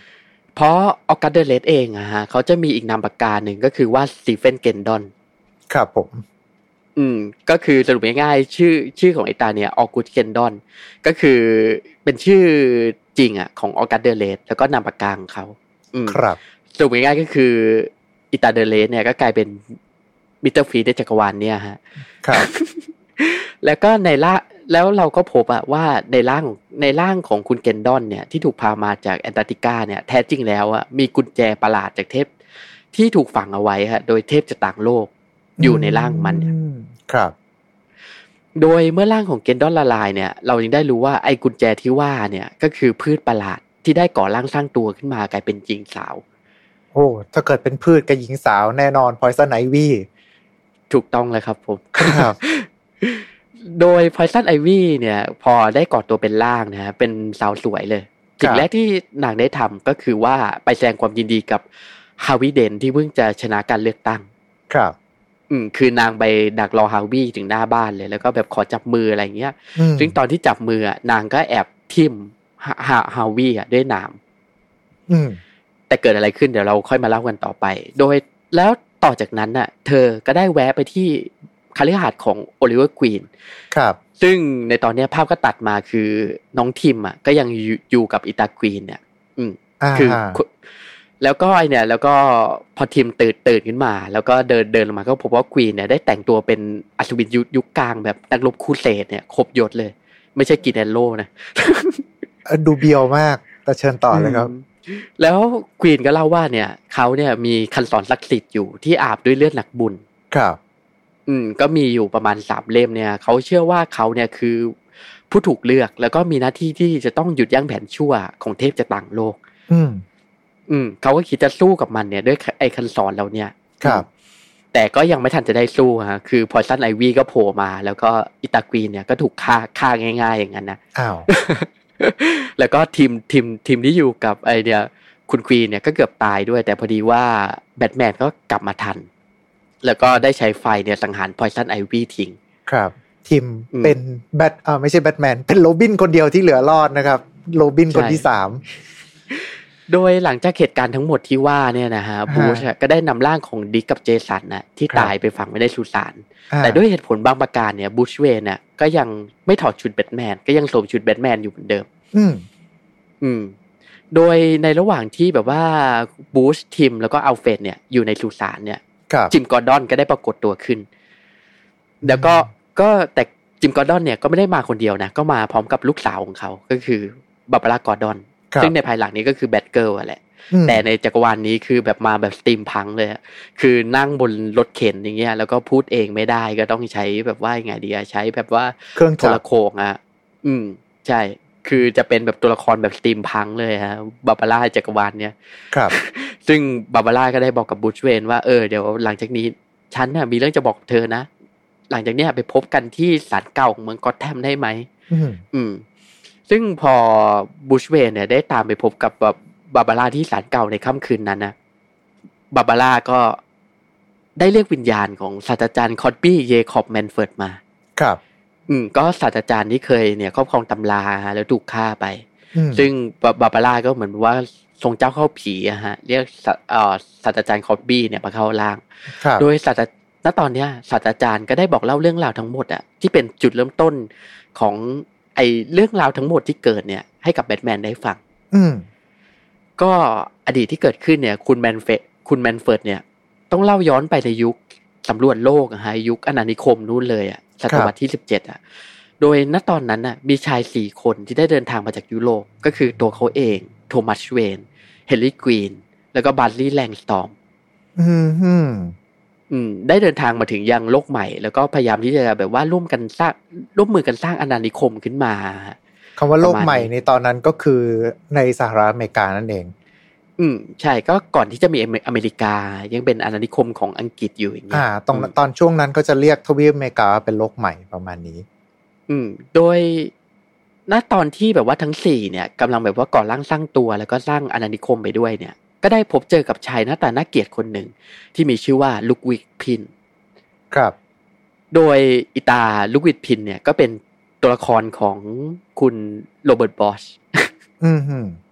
เพราะออกัสเดอเลสเองอะฮะเขาจะมีอีกนามปากกาหนึ่งก็คือว่าสตีเฟนเกนดอนครับผมอืมก็คือสรุปง่ายๆชื่อชื่อของไอ้ตาเนี่ยออกุสเกนดอนก็คือเป็นชื่อจริงอ่ะของออกัสเดอเลสแล้วก็นามปากกาของเขาอืมครับสรุปง่ายๆก็คืออิตาเดเลสเนี่ยก็กลายเป็นมิสเตอร์ฟรีในจักรวาลเนี่ยฮะครับแล้วก็ในล่าแล้วเราก็พบอะว่าในร่างในร่างของคุณเกนดอนเนี่ยที่ถูกพามาจากแอนตาร์กติกาเนี่ยแท้จริงแล้วอะมีกุญแจประหลาดจากเทพที่ถูกฝังเอาไว้ฮะโดยเทพจากต่างโลกอยู่ในร่างมันครับโดยเมื่อร่างของเกนดอนละลายเนี่ยเรายังได้รู้ว่าไอ้กุญแจที่ว่าเนี่ยก็คือพืชประหลาดที่ได้ก่อร่างสร้างตัวขึ้นมากลายเป็นหญิงสาวโอ้ถ้าเกิดเป็นพืชกับหญิงสาวแน่นอนพอยซันไอวี่ถูกต้องเลยครับผมครับโดยพอยซันไอวี่เนี่ยพอได้ก่อตัวเป็นร่างนะฮะเป็นสาวสวยเลยสิ่งแรกที่นางได้ทำก็คือว่าไปแสดงความยินดีกับฮาวิเดนที่เพิ่งจะชนะการเลือกตั้งครับอืมคือนางไปดักรอฮาวิถึงหน้าบ้านเลยแล้วก็แบบขอจับมืออะไรเงี้ยซึ่งตอนที่จับมือนางก็แอบทิ่มฮาฮาวิอ่ะด้วยหนามอืมแต่เกิดอะไรขึ้นเดี๋ยวเราค่อยมาเล่ากันต่อไปโดยแล้วต่อจากนั้นน่ะเธอก็ได้แวะไปที่คฤหาสน์ของโอลิเวอร์ควีนครับซึ่งในตอนนี้ภาพก็ตัดมาคือน้องทิมอ่ะก็ยังอยู่กับอิตาควีนเนี่ยอืมคือแล้วก็ไอเนี่ยแล้วก็พอทิมตื่นตื่นขึ้นมาแล้วก็เดินเดินลงมาก็พบว่าควีนเนี่ยได้แต่งตัวเป็นอัศวินยุคกลางแบบนักรบคูเสดเนี่ยครบยศเลยไม่ใช่กินแอนโลนะดูเบียวมากแต่เชิญต่อเลยครับแล้วควีนก็เล่าว่าเนี่ยเขาเนี่ยมีคันสอนศักดิ์สิทธิ์อยู่ที่อาบด้วยเลือดนักบุญครับอืมก็มีอยู่ประมาณสามเล่มเนี่ยเขาเชื่อว่าเขาเนี่ยคือผู้ถูกเลือกแล้วก็มีหน้าที่ที่จะต้องหยุดยั้งแผนชั่วของเทพจากต่างโลกอืมอืมเขาก็คิดจะสู้กับมันเนี่ยด้วยไอ้คันสอนเราเนี่ยครับแต่ก็ยังไม่ทันจะได้สู้ฮะคือพอซันไอวี่ก็โผล่มาแล้วก็อิตาควีนเนี่ยก็ถูกฆ่าฆ่าง่ายๆอย่างนั้นนะอ้าวแล้วก็ทีมทีมทีมที่อยู่กับไอเดียคุณควีนเนี่ยก็เกือบตายด้วยแต่พอดีว่าแบทแมนก็กลับมาทันแล้วก็ได้ใช้ไฟเนี่ยสังหารพอยซันไอวี่ทิ้งครับทีมเป็นแบทอ่าไม่ใช่แบทแมนเป็นโรบินคนเดียวที่เหลือรอดนะครับโรบินคนที่สามโดยหลังจากเหตุการณ์ทั้งหมดที่ว่าเนี่ยนะฮะบูชก็ได้นำร่างของดิกกับเจสันน่ะที่ตายไปฝังไว้ในสุสานแต่ด้วยเหตุผลบางประการเนี่ยบูชเวนน่ะก็ยังไม่ถอดชุดแบทแมนก็ยังสวมชุดแบทแมนอยู่เหมือนเดิมอืมอืมโดยในระหว่างที่แบบว่าบูชทิมแล้วก็อัลเฟรดเนี่ยอยู่ในสุสานเนี่ยจิมกอร์ดอนก็ได้ปรากฏตัวขึ้นแล้วก็ก็แต่จิมกอร์ดอนเนี่ยก็ไม่ได้มาคนเดียวนะก็มาพร้อมกับลูกสาวของเขาก็คือบาร์บาร่ากอร์ดอนซึ่งในภายหลังนี้ก็คือแบทเกิร์ลแหละแต่ในจักรวาลนี้คือแบบมาแบบสตีมพังเลยคือนั่งบนรถเข็นอย่างเงี้ยแล้วก็พูดเองไม่ได้ก็ต้องใช้แบบว่ายังไงดีอะใช้แบบว่าเครื่องโทรโขงอ่ะอืมใช่คือจะเป็นแบบตัวละครแบบสตีมพังเลยฮะบาร์บาร่าจักรวาลเนี่ยครับซึ่งบาร์บาร่าก็ได้บอกกับบูชเวนว่าเออเดี๋ยวหลังจากนี้ฉันน่ะมีเรื่องจะบอกเธอนะหลังจากนี้ไปพบกันที่ศาลเก่าของเมืองก็อธแธมได้ไหมอืมซึ่งพอบูชเวนเนี่ยได้ตามไปพบกับบาร์บาร่าที่ศาลเก่าในค่ำคืนนั้นนะบาร์บาร่าก็ได้เรียกวิญญาณของศาสตราจารย์คอตบี้เยคอบแมนเฟิร์ดมาครับอืมก็ศาสตราจารย์ที่เคยเนี่ยครอบครองตำราแล้วถูกฆ่าไปซึ่งบาร์บาร่าก็เหมือนว่าทรงเจ้าเข้าผีอะฮะเรียกเอ่อศาสตราจารย์คอตบี้เนี่ยมาเข้าร่างโดยศาสตราณตอนเนี้ยศาสตราจารย์ก็ได้บอกเล่าเรื่องราวทั้งหมดอะที่เป็นจุดเริ่มต้นของไอ้เรื่องราวทั้งหมดที่เกิดเนี่ยให้กับแบทแมนได้ฟังอืมก็อดีตที่เกิดขึ้นเนี่ยคุณแมนเฟคุณแมนเฟิร์ดเนี่ยต้องเล่าย้อนไปในยุคสำรวจโลกอะฮะยุคอาณานิคมนู่นเลยอะศตวรรษที่สิบเจ็ดอะโดยณตอนนั้นน่ะมีชายสี่คนที่ได้เดินทางมาจากยุโรปก็คือตัวเขาเองโทมัสเวนเฮนรี่ควีนแล้วก็บาร์ลี่แลงสตอร์มอืมอืมอืมได้เดินทางมาถึงยังโลกใหม่แล้วก็พยายามที่จะแบบว่าร่วมกันสร้างร่วมมือกันสร้างอาณานิคมขึ้นมาคำว่าโลกใหม่ในตอนนั้นก็คือในสหรัฐอเมริกานั่นเองอืมใช่ก็ก่อนที่จะมีอเมริกายังเป็นอาณานิคมของอังกฤษอยู่อย่างเงี้ยอ่าตรงตอนช่วงนั้นก็จะเรียกทวีปอเมริกาเป็นโลกใหม่ประมาณนี้อืมโดยณตอนที่แบบว่าทั้งสี่เนี่ยกำลังแบบว่าก่อร่างสร้างตัวแล้วก็สร้างอาณานิคมไปด้วยเนี่ยก็ได้พบเจอกับชายหน้าตาน่าเกลียดคนหนึ่งที่มีชื่อว่าลุควิกพินครับโดยอิตาลุควิกพินเนี่ยก็เป็นตัวละครของคุณโรเบิร์ตบอชอืม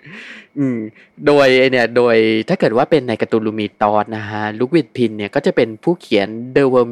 อืมโดยเนี่ยโดยถ้าเกิดว่าเป็นในการ์ตูนลูมิตอสนะฮะลูกวิดพินเนี่ยก็จะเป็นผู้เขียน The World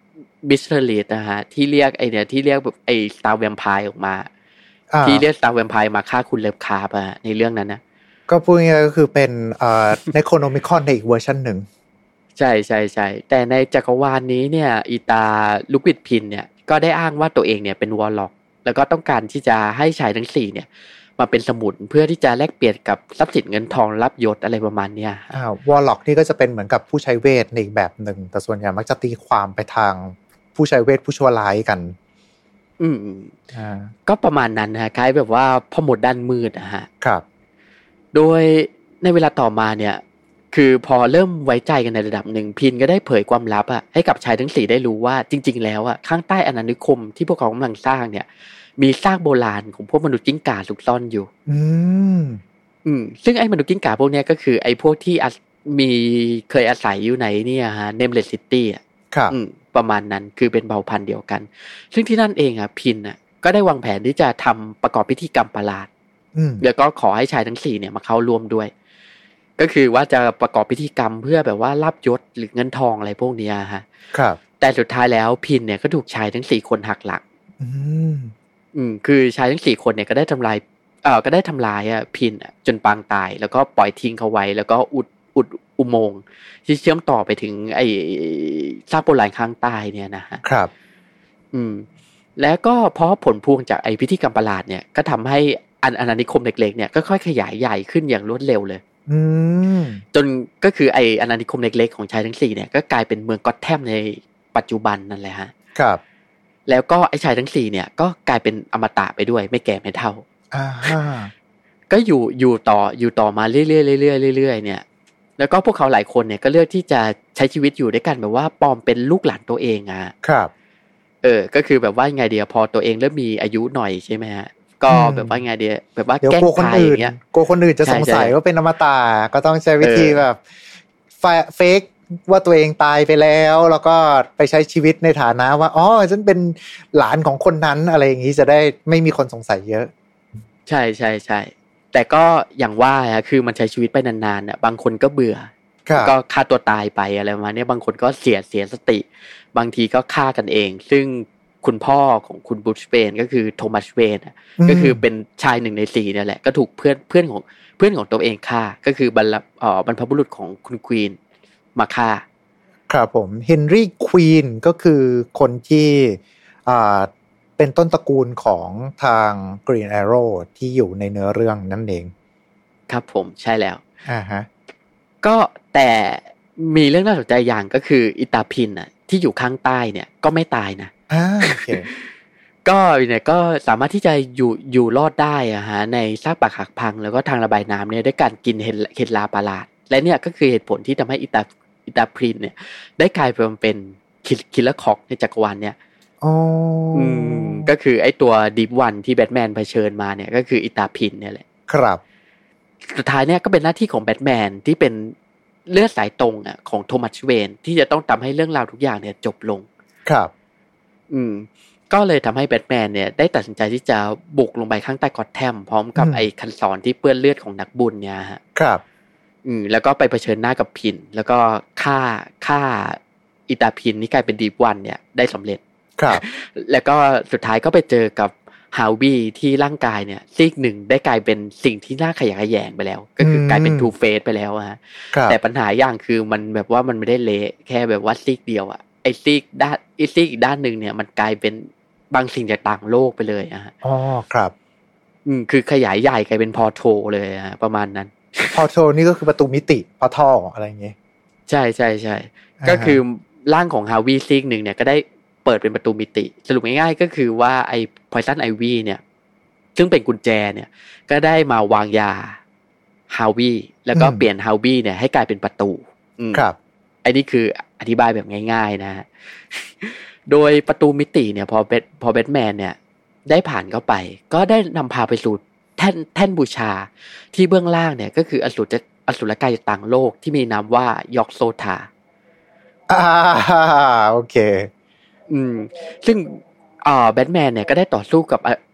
Mystery นะฮะที่เรียกไอเนี่ยที่เรียกแบบไอ Star Vampire ออกมาที่เรียก Star Vampire มาฆ่าคุณเลิฟคาร์บอะในเรื่องนั้นนะก็พูดง่ายๆก็คือเป็นเอ่อ Necronomicon ในอีกเวอร์ชันหนึ่งใช่ๆๆแต่ในจักรวาลนี้เนี่ยอีตาลูกวิดพินเนี่ยก็ได้อ้างว่าตัวเองเนี่ยเป็นวอร์ล็อกแล้วก็ต้องการที่จะให้ชายทั้งสี่เนี่ยมาเป็นสมุนเพื่อที่จะแลกเปลี่ยนกับทรัพย์สินเงินทองรับยศอะไรประมาณเนี้ยอ่าวอร์ล็อกนี่ก็จะเป็นเหมือนกับผู้ใช้เวทในอีกแบบหนึ่งแต่ส่วนใหญ่มักจะตีความไปทางผู้ใช้เวทผู้ชั่วร้ายกันอืมอ่าก็ประมาณนั้นนะคล้ายแบบว่าพ่อมดด้านมืดนะฮะครับโดยในเวลาต่อมาเนี่ยคือพอเริ่มไว้ใจกันในระดับหนึ่งพินก็ได้เผยความลับอะให้กับชายทั้งสี่ได้รู้ว่าจริงๆแล้วอะข้างใต้อาณานิคมที่พวกเขากำลังสร้างเนี่ยมีซากโบราณของพวกมนุษย์กิ้งก่าซุกซ่อนอยู่อืมอืมซึ่งไอ้มนุษย์กิ้งก่าพวกนี้ก็คือไอ้พวกที่มีเคยอาศัยอยู่ในเนี่ยฮะเนมเลสซิตี้อ่ะครับอืมประมาณนั้นคือเป็นเผ่าพันธุ์เดียวกันซึ่งที่นั่นเองอ่ะพินอ่ะก็ได้วางแผนที่จะทำประกอบพิธีกรรมประหลาดอืมแล้วก็ขอให้ชายทั้งสี่เนี่ยมาเข้าร่วมด้วยก็คือว่าจะประกอบพิธีกรรมเพื่อแบบว่ารับยศหรือเงินทองอะไรพวกนี้ฮะครับแต่สุดท้ายแล้วพินเนี่ยก็ถูกชายทั้งสี่คนหักหลังอืมอืมคือชายทั้งสี่คนเนี่ยก็ได้ทำลายเอ่อก็ได้ทำลายอ่ะพินอ่ะจนปางตายแล้วก็ปล่อยทิ้งเขาไว้แล้วก็อุดอุดอุโมงค์ที่เชื่อมต่อไปถึงไอ้ซากโบราณข้างใต้เนี่ยนะฮะครับอืมแล้วก็เพราะผลพวงจากไอ้พิธีกรรมประหลาดเนี่ยก็ทำให้อาณานิคมเล็กๆเนี่ยก็ค่อยขยายใหญ่ขึ้นอย่างรวดเร็วเลยอืมจนก็คือไอ้อาณานิคมเล็กๆของชายทั้งสี่เนี่ยก็กลายเป็นเมืองก็อตแทมในปัจจุบันนั่นแหละฮะครับแล้วก็ไอ้ชายทั้งสี่เนี่ยก็กลายเป็นอมตะไปด้วยไม่แก่ไม่เฒ่าอ่าก็อยู่อยู่ต่ออยู่ต่อมาเรื่อยๆเรื่อยๆเรื่อยๆเนี่ยแล้วก็พวกเขาหลายคนเนี่ยก็เลือกที่จะใช้ชีวิตอยู่ด้วยกันแบบว่าปลอมเป็นลูกหลานตัวเองอ่ะครับเออก็คือแบบว่าไงเดียวพอตัวเองเริ่มมีอายุหน่อยใช่ไหมฮะก็แบบว่าไงเดียวแบบว่าแกล้งตายอย่างเงี้ยกลัวคนอื่นจะสงสัยว่าเป็นอมตะก็ต้องใช้วิธีแบบเฟกว่าตัวเองตายไปแล้วแล้วก็ไปใช้ชีวิตในฐานะว่าอ๋อฉันเป็นหลานของคนนั้นอะไรอย่างนี้จะได้ไม่มีคนสงสัยเยอะใช่ใช่ใช่แต่ก็อย่างว่าอะคือมันใช้ชีวิตไปนานๆเนี่ยบางคนก็เบื่อก็ฆ่าตัวตายไปอะไรประมาณนี้บางคนก็เสียเสียสติบางทีก็ฆ่ากันเองซึ่งคุณพ่อของคุณบูชเวนก็คือโทมัสเวนก็คือเป็นชายหนึ่งในสี่เนี่ยแหละก็ถูกเพื่อนเพื่อนของเพื่อนของตัวเองฆ่าก็คือบรรพเอ่อบรรพบุรุษของคุณควีนมาฆ่าครับผมเฮนรี่ควีนก็คือคนที่อ่าเป็นต้นตระกูลของทาง Green Arrow ที่อยู่ในเนื้อเรื่องนั่นเองครับผมใช่แล้วอ่าฮะก็แต่มีเรื่องน่าสนใจอย่างก็คืออิตาพินอ่ะที่อยู่ข้างใต้เนี่ยก็ไม่ตายนะอ่าโอเคก็เนี่ยก็สามารถที่จะอยู่อยู่รอดได้อะฮะในซากปรักหักพังแล้วก็ทางระบายน้ำเนี่ยด้วยการกินเห็ดเห็ดลาประหลาดและเนี่ยก็คือเหตุผลที่ทำให้อิตาอิตาพินเนี่ยได้กลายเป็นเป็นคิลเลอร์ค็อกในจักรวาลเนี่ยอ๋ออืมก็คือไอ้ตัวดีฟวันที่แบทแมนเผชิญมาเนี่ยก็คืออิตาพินเนี่ยแหละครับสุดท้ายเนี่ยก็เป็นหน้าที่ของแบทแมนที่เป็นเลือดสายตรงอ่ะของโทมัสเวนที่จะต้องทำให้เรื่องราวทุกอย่างเนี่ยจบลงครับอืมก็เลยทำให้แบทแมนเนี่ยได้ตัดสินใจที่จะบุกลงไปข้างใต้ก็อตแทมพร้อมกับไอ้คันศรที่เปื้อนเลือดของนักบุญเนี่ยฮะครับอืมแล้วก็ไปเผชิญหน้ากับพินแล้วก็ฆ่าฆ่าอิตาพินนี่กลายเป็นดีฟวันเนี่ยได้สำเร็จครับแล้วก็สุดท้ายก็ไปเจอกับฮาวบี้ที่ร่างกายเนี่ยซีกหนึ่งได้กลายเป็นสิ่งที่น่าขยะแขยงไปแล้วก็คือกลายเป็นทูเฟสไปแล้วฮะแต่ปัญหาอย่างคือมันแบบว่ามันไม่ได้เละแค่แบบว่าซีกเดียวอะไอ้ซีกด้านไอ้ซีกอีกด้านนึงเนี่ยมันกลายเป็นบางสิ่งจากต่างโลกไปเลยอะฮะอ๋อครับอืมคือขยายใหญ่กลายเป็นพอร์โทเลยอะประมาณนั้นพอร์โทนี่ก็คือประตูมิติพอร์ทัลอะไรอย่างเงี้ยใช่ๆๆก็คือร่างของฮาวบี้ซีกนึงเนี่ยก็ได้เปิดเป็นประตูมิติสรุปง่ายๆก็คือว่าไอ้ Poison Ivy เนี่ยซึ่งเป็นกุญแจเนี่ยก็ได้มาวางยาฮาวบี้แล้วก็เปลี่ยนฮาวบี้เนี่ยให้กลายเป็นประตูครับไอ้นี่คืออธิบายแบบง่ายๆนะโดยประตูมิติเนี่ยพอเบทพอแบทแมนเนี่ยได้ผ่านเข้าไปก็ได้นำพาไปสู่แท่นแท่นบูชาที่เบื้องล่างเนี่ยก็คืออสูรอสูรกายต่างโลกที่มีนามว่ายอกโซธาอ่าโอเคอืมซึ่งอ่าแบทแมนเนี่ยก็ได้ต่อสู้กับ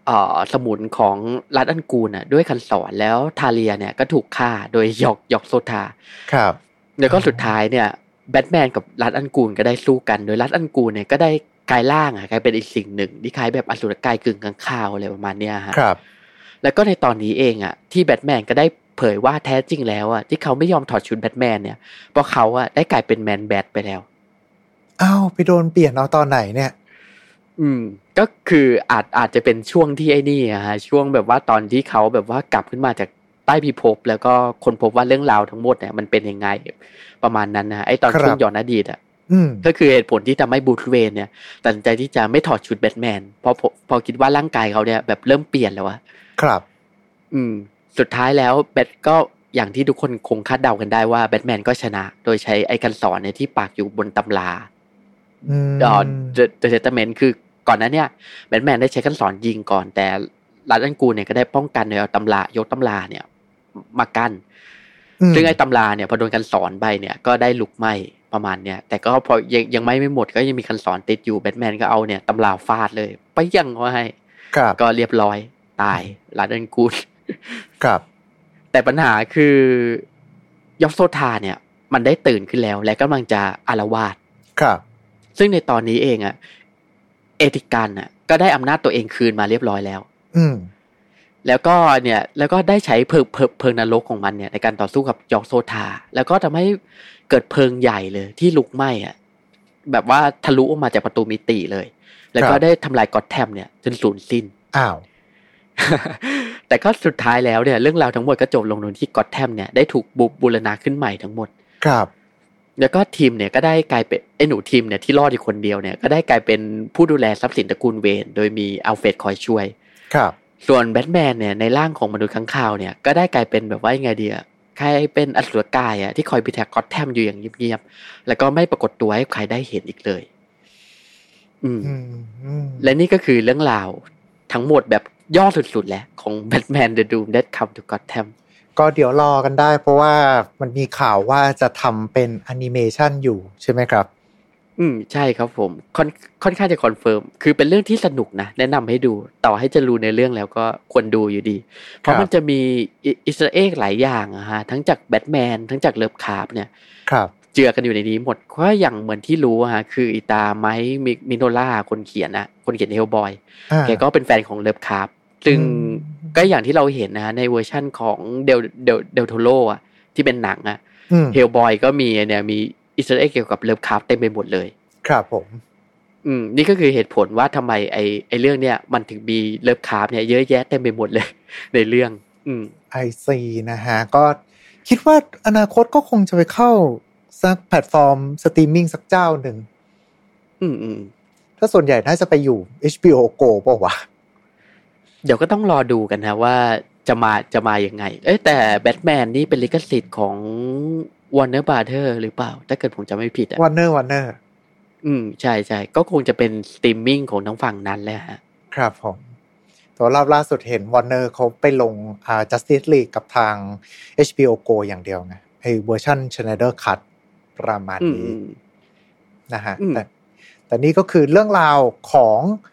เอ่อสมุนของรัฐอันกูลน่ะด้วยคันศรแล้วทาเลียเนี่ยก็ถูกฆ่าโดยยอกยอกโซทาครับแล้วก็สุดท้ายเนี่ยแบทแมนกับรัฐอันกูลก็ได้สู้กันโดยรัฐอันกูลเนี่ยก็ได้กลายร่างอ่ะกลายเป็นอีกสิ่งหนึ่งที่คล้ายแบบอสูรกายกึ่งค้างคาวอะไรประมาณเนี้ยฮะครับแล้วก็ในตอนนี้เองอ่ะที่แบทแมนก็ได้เผยว่าแท้จริงแล้วอ่ะที่เขาไม่ยอมถอดชุดแบทแมนเนี่ยเพราะเขาอ่ะได้กลายเป็นแมนแบทไปแล้วอ้าวไปโดนเปลี่ยนเอาตอนไหนเนี่ยอืมก็คืออาจอาจจะเป็นช่วงที่ไอ้นี่อะฮะช่วงแบบว่าตอนที่เขาแบบว่ากลับขึ้นมาจากใต้พิภพแล้วก็คนพบว่าเรื่องราวทั้งหมดเนี่ยมันเป็นยังไงประมาณนั้นนะไอ้ตอนช่วงย้อนอดีตอ่ะก็คือเหตุผลที่ทำให้บรูธเวย์นเนี่ยตัดสินใจที่จะไม่ถอดชุดแบทแมนเพราะพอคิดว่าร่างกายเขาเนี่ยแบบเริ่มเปลี่ยนแล้วอะครับอืมสุดท้ายแล้วแบทก็อย่างที่ทุกคนคงคาดเดากันได้ว่าแบทแมนก็ชนะโดยใช้ไอ้กันศรเนี่ยที่ปักอยู่บนตำราอืมอ๋อ The The Testament คือก่อนนั้นเนี่ยแบทแมนได้ใช้กันศรยิงก่อนแต่รัฐอันกูลเนี่ยก็ได้ป้องกันโดยเอาตำรายกตำราเนี่ยมากั้นซึ่งไอ้ตำราเนี่ยพอโดนกันศรไปเนี่ยก็ได้ลุกไหม้ประมาณเนี้ยแต่ก็พอยังยังไม่ไม่หมดก็ยังมีกันศรติดอยู่แบทแมนก็เอาเนี่ยตำราฟาดเลยไปยังไว้ให้ก็เรียบร้อยตายรัฐอันกูลครับแต่ปัญหาคือยอกโซทาเนี่ยมันได้ตื่นขึ้นแล้วและกำลังจะอาละวาดครับซึ่งในตอนนี้เองอะเอติกันน่ะก็ได้อำนาจตัวเองคืนมาเรียบร้อยแล้วอืมแล้วก็เนี่ยแล้วก็ได้ใช้เพลิงเพลิงนรกของมันเนี่ยในการต่อสู้กับยอกโซทาแล้วก็ทำให้เกิดเพลิงใหญ่เลยที่ลุกไหม้อ่ะแบบว่าทะลุออกมาจากประตูมิติเลยแล้วก็ได้ทำลายก็อธแทมเนี่ยจนสูญสิ้นอ้าวแต่ก็สุดท้ายแล้วเนี่ยเรื่องราวทั้งหมดก็จบลงตรงที่ก็อธแทมเนี่ยได้ถูกบูรณะขึ้นใหม่ทั้งหมดครับแล้วก็ทีมเนี่ยก็ได้กลายเป็นไอ้หนูทีมเนี่ยที่รอดอีกคนเดียวเนี่ยก็ได้กลายเป็นผู้ดูแลทรัพย์สินตระกูลเวนโดยมีอัลเฟรดคอยช่วยครับส่วนแบทแมนเนี่ยในร่างของมนุษย์ค้างคาวเนี่ยก็ได้กลายเป็นแบบว่ายังไงดีอ่ะใครเป็นอสุรกายอ่ะที่คอยพิทักษ์ก็อธแทมอยู่อย่างเงียบๆแล้วก็ไม่ปรากฏตัวให้ใครได้เห็นอีกเลยอืมและนี่ก็คือเรื่องราวทั้งหมดแบบย่อสุดๆแหละของ Batman The Doom That Come to Gotham ก็เดี๋ยวรอกันได้เพราะว่ามันมีข่าวว่าจะทำเป็นแอนิเมชันอยู่ใช่ไหมครับอืมใช่ครับผมค่อนค่อนข้างจะคอนเฟิร์มคือเป็นเรื่องที่สนุกนะแนะนำให้ดูต่อให้จะรู้ในเรื่องแล้วก็ควรดูอยู่ดีเพราะมันจะมีอิสราเอลหลายอย่างอะฮะทั้งจากแบทแมนทั้งจากเลิฟคราฟเนี่ยครับเจือกันอยู่ในนี้หมดเพราะอย่างเหมือนที่รู้ฮะคืออีตาไมค์มิโนล่าคนเขียนนะคนเขียนเฮลบอยแกก็เป็นแฟนของเลิฟคราฟซึ่งก็อย่างที่เราเห็นนะฮะในเวอร์ชั่นของเดลเดลเดลโทโรอ่ะที่เป็นหนังอ่ะเฮลบอยก็มีเนี่ยมีอิสราเอลเกี่ยวกับเลิฟคราฟเต็มไปหมดเลยครับผมอืมนี่ก็คือเหตุผลว่าทำไมไอไอเรื่องเนี้ยมันถึงมีเลิฟคราฟเนี่ยเยอะแยะเต็มไปหมดเลยในเรื่องอืมไอซีนะฮะก็คิดว่าอนาคตก็คงจะไปเข้าสักแพลตฟอร์มสตรีมมิ่งสักเจ้าหนึ่งอืมอืมถ้าส่วนใหญ่น่าจะไปอยู่ เอช บี โอ Go ป่าววะเดี๋ยวก็ต้องรอดูกันนะว่าจะมาจะมายังไงเอ้ยแต่แบทแมนนี่เป็นลิขสิทธิ์ของ Warner Brother หรือเปล่าถ้าเกิดผมจำไม่ผิดอ่ะ Warner Warner อืมใช่ๆก็คงจะเป็นสตรีมมิ่งของทั้งฝั่งนั้นแหละฮะครับผมตัวรอบล่าสุดเห็น Warner เขาไปลงอ่า Justice League กับทาง เอช บี โอ Go อย่างเดียวไงไอ้เวอร์ชั่น Snyder Cut ประมาณนี้นะฮะแต่แต่นี่ก็คือเรื่องราวของ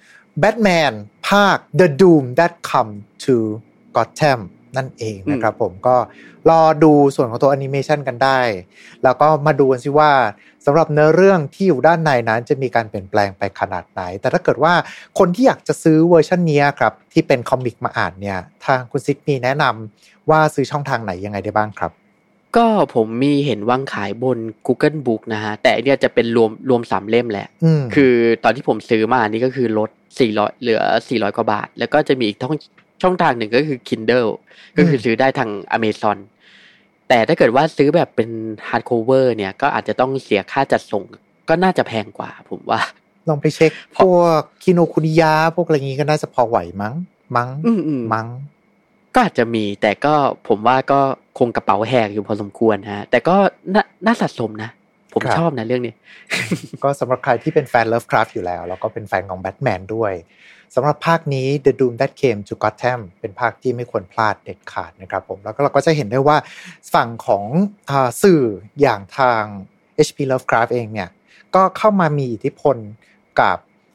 Batman ภาค The Doom That Come to Gotham นั่นเองนะครับผมก็รอดูส่วนของตัวแอนิเมชันกันได้แล้วก็มาดูกันสิว่าสำหรับเนื้อเรื่องที่อยู่ด้านในนั้นจะมีการเปลี่ยนแปลงไปขนาดไหนแต่ถ้าเกิดว่าคนที่อยากจะซื้อเวอร์ชันนี้ครับที่เป็นคอมิกมาอ่านเนี่ยทางคุณซิดมีแนะนำว่าซื้อช่องทางไหนยังไงได้บ้างครับก็ผมมีเห็นวางขายบน Google Book นะฮะแต่เนี่ยจะเป็นรวมรวมสามเล่มแหละคือตอนที่ผมซื้อมานี่ก็คือลดสี่ร้อยเหลือสี่ร้อยกว่าบาทแล้วก็จะมีอีกช่องช่องทางหนึ่งก็คือ Kindle ก็คือซื้อได้ทาง Amazon แต่ถ้าเกิดว่าซื้อแบบเป็น hardcover เนี่ยก็อาจจะต้องเสียค่าจัดส่งก็น่าจะแพงกว่าผมว่าลองไปเช็คพวกคิโนคุนิยะพวกอะไรงี้ก็น่าจะพอไหวมั้งมั้งมั้งก็อาจจะมีแต่ก็ผมว่าก็คงกระเป๋าแหกอยู่พอสมควรฮะแต่ก็น่าน่าสะสมนะผมชอบนะเรื่องนี้ก็สำหรับใครที่เป็นแฟน Lovecraft อยู่แล้วแล้วก็เป็นแฟนของ Batman ด้วยสำหรับภาคนี้ The Doom That Came to Gotham เป็นภาคที่ไม่ควรพลาดเด็ดขาดนะครับผมแล้วก็เราก็จะเห็นได้ว่าฝั่งของอ่าสื่ออย่างทาง เอช พี Lovecraft เองเนี่ยก็เข้ามามีอิทธิพลกับ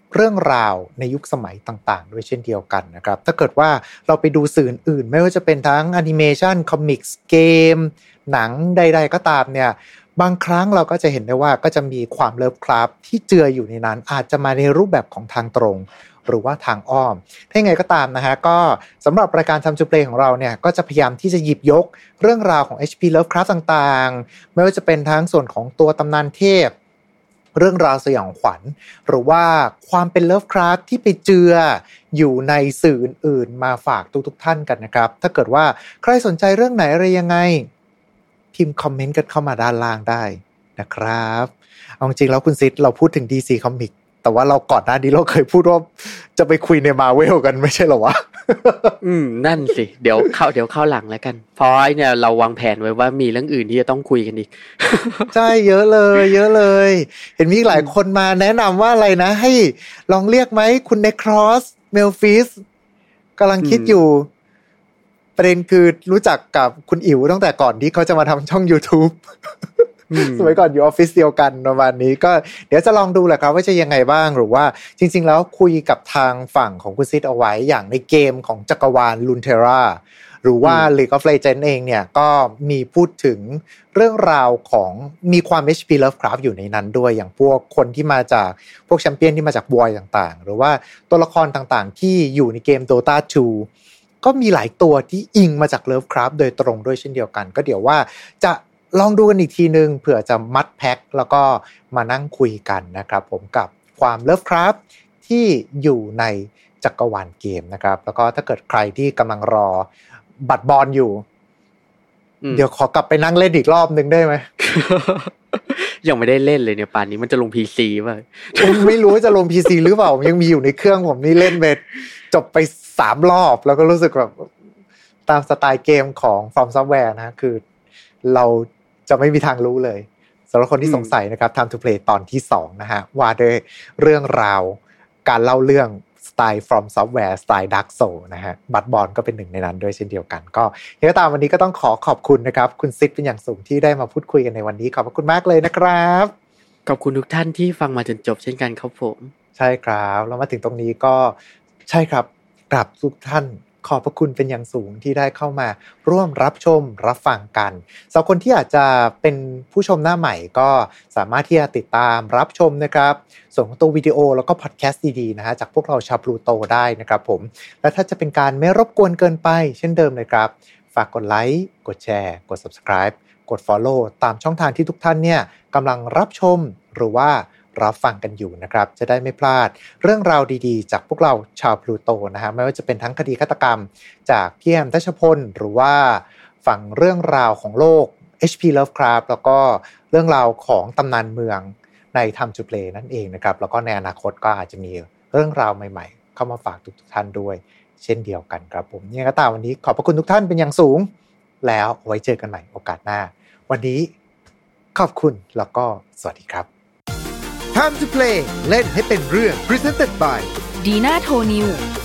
เรื่องราวในยุคสมัยต่างๆด้วยเช่นเดียวกันนะครับถ้าเกิดว่าเราไปดูสื่ออื่นไม่ว่าจะเป็นทั้งแอนิเมชันคอมิกส์เกมหนังใดๆก็ตามเนี่ยบางครั้งเราก็จะเห็นได้ว่าก็จะมีความเลิฟคราฟที่เจืออยู่ในนั้นอาจจะมาในรูปแบบของทางตรงหรือว่าทางอ้อมถ้าอย่างไรก็ตามนะฮะก็สำหรับรายการ Time to Play ของเราเนี่ยก็จะพยายามที่จะหยิบยกเรื่องราวของ เอช พี Lovecraft ต่างๆไม่ว่าจะเป็นทั้งส่วนของตัวตำนานเทพเรื่องราวสยองขวัญหรือว่าความเป็น Lovecraft ที่ไปเจืออยู่ในสื่ออื่นๆมาฝากทุกๆท่านกันนะครับถ้าเกิดว่าใครสนใจเรื่องไหนอะไรยังไงพิมพ์คอมเมนต์กันเข้ามาด้านล่างได้นะครับเอาจริงแล้วคุณซิดเราพูดถึง ดี ซี Comicsแต่ว่าเราก่อนหน้านี้เราเคยพูดว่าจะไปคุยใน Marvel กันไม่ใช่เหรอวะอืมนั่นสิเดี๋ยวเข้าเดี๋ยวเข้าหลังแล้วกันเพราะไอ้เนี่ยเราวางแผนไว้ว่ามีเรื่องอื่นที่จะต้องคุยกันอีกใช่เยอะเลยเยอะเลยเห็นมีหลายคนมาแนะนำว่าอะไรนะให้ลองเรียกไหมคุณเนครอสเมลฟิสกำลังคิดอยู่ประเด็นคือรู้จักกับคุณอิ๋วตั้งแต่ก่อนที่เขาจะมาทำช่อง YouTubeสมัยก่อนอยู่ออฟฟิศเดียวกันประมาณนี้ก็เดี๋ยวจะลองดูแหละครับว่าจะยังไงบ้างหรือว่าจริงๆแล้วคุยกับทางฝั่งของคุณซิดเอาไว้อย่างในเกมของจักรวาล Runeterra หรือว่า League of Legends เองเนี่ยก็มีพูดถึงเรื่องราวของมีความ เอช พี Lovecraft อยู่ในนั้นด้วยอย่างพวกคนที่มาจากพวกแชมเปี้ยนที่มาจาก Void ต่างๆหรือว่าตัวละครต่างๆที่อยู่ในเกม Dota ทูก็มีหลายตัวที่อิงมาจาก Lovecraft โดยตรงด้วยเช่นเดียวกันก็เดี๋ยวว่าจะลองดูกันอีกทีนึงเผื่อจะมัดแพ็คแล้วก็มานั่งคุยกันนะครับผมกับความ Lovecraft ที่อยู่ในจักรวาลเกมนะครับแล้วก็ถ้าเกิดใครที่กำลังรอบัตรบอลอยู่เดี๋ยวขอกลับไปนั่งเล่นอีกรอบนึงได้ไหมยังไม่ได้เล่นเลยเนี่ยป่านนี้มันจะลง พี ซี ป่ะผมไม่รู้ว่าจะลง พี ซี หรือเปล่ายังมีอยู่ในเครื่องผมนี่เล่นไปจบไปสามรอบแล้วก็รู้สึกแบบตามสไตล์เกมของ From Software นะคือเราจะไม่มีทางรู้เลยสำหรับคนที่สงสัยนะครับ Time to Play ตอนที่สองนะฮะว่าด้วยเรื่องราวการเล่าเรื่องสไตล์ From Software สไตล์ Dark Soul นะฮะบัตรบอลก็เป็นหนึ่งในนั้นด้วยเช่นเดียวกันก็ยังไงก็ตามวันนี้ก็ต้องขอขอบคุณนะครับคุณซิดเป็นอย่างสูงที่ได้มาพูดคุยกันในวันนี้ขอบคุณมากเลยนะครับขอบคุณทุกท่านที่ฟังมาจนจบเช่นกันครับผมใช่ครับแล้วมาถึงตรงนี้ก็ใช่ครับกราบทุกท่านขอบพระคุณเป็นอย่างสูงที่ได้เข้ามาร่วมรับชมรับฟังกันสำหรับคนที่อาจจะเป็นผู้ชมหน้าใหม่ก็สามารถที่จะติดตามรับชมนะครับส่วนของตัววิดีโอแล้วก็พอดแคสต์ดีๆนะฮะจากพวกเราชาวพลูโตได้นะครับผมและถ้าจะเป็นการไม่รบกวนเกินไปเช่นเดิมเลยครับฝากกดไลค์กดแชร์กด Subscribe กด Follow ตามช่องทางที่ทุกท่านเนี่ยกำลังรับชมหรือว่ารับฟังกันอยู่นะครับจะได้ไม่พลาดเรื่องราวดีๆจากพวกเราชาวพลูโตนะฮะไม่ว่าจะเป็นทั้งคดีฆาตกรรมจากพี่แอมทัชพลหรือว่าฝั่งเรื่องราวของโลก เอช พี Lovecraft แล้วก็เรื่องราวของตำนานเมืองใน Time to Play นั่นเองนะครับแล้วก็ในอนาคตก็อาจจะมีเรื่องราวใหม่ๆเข้ามาฝากทุกๆท่านด้วยเช่นเดียวกันครับผมยังไงก็ตามวันนี้ขอบพระคุณทุกท่านเป็นอย่างสูงแล้วไว้เจอกันใหม่โอกาสหน้าวันนี้ขอบคุณแล้วก็สวัสดีครับ Time to Play เล่นให้เป็นเรื่อง Presented by ดีน่าโทนิว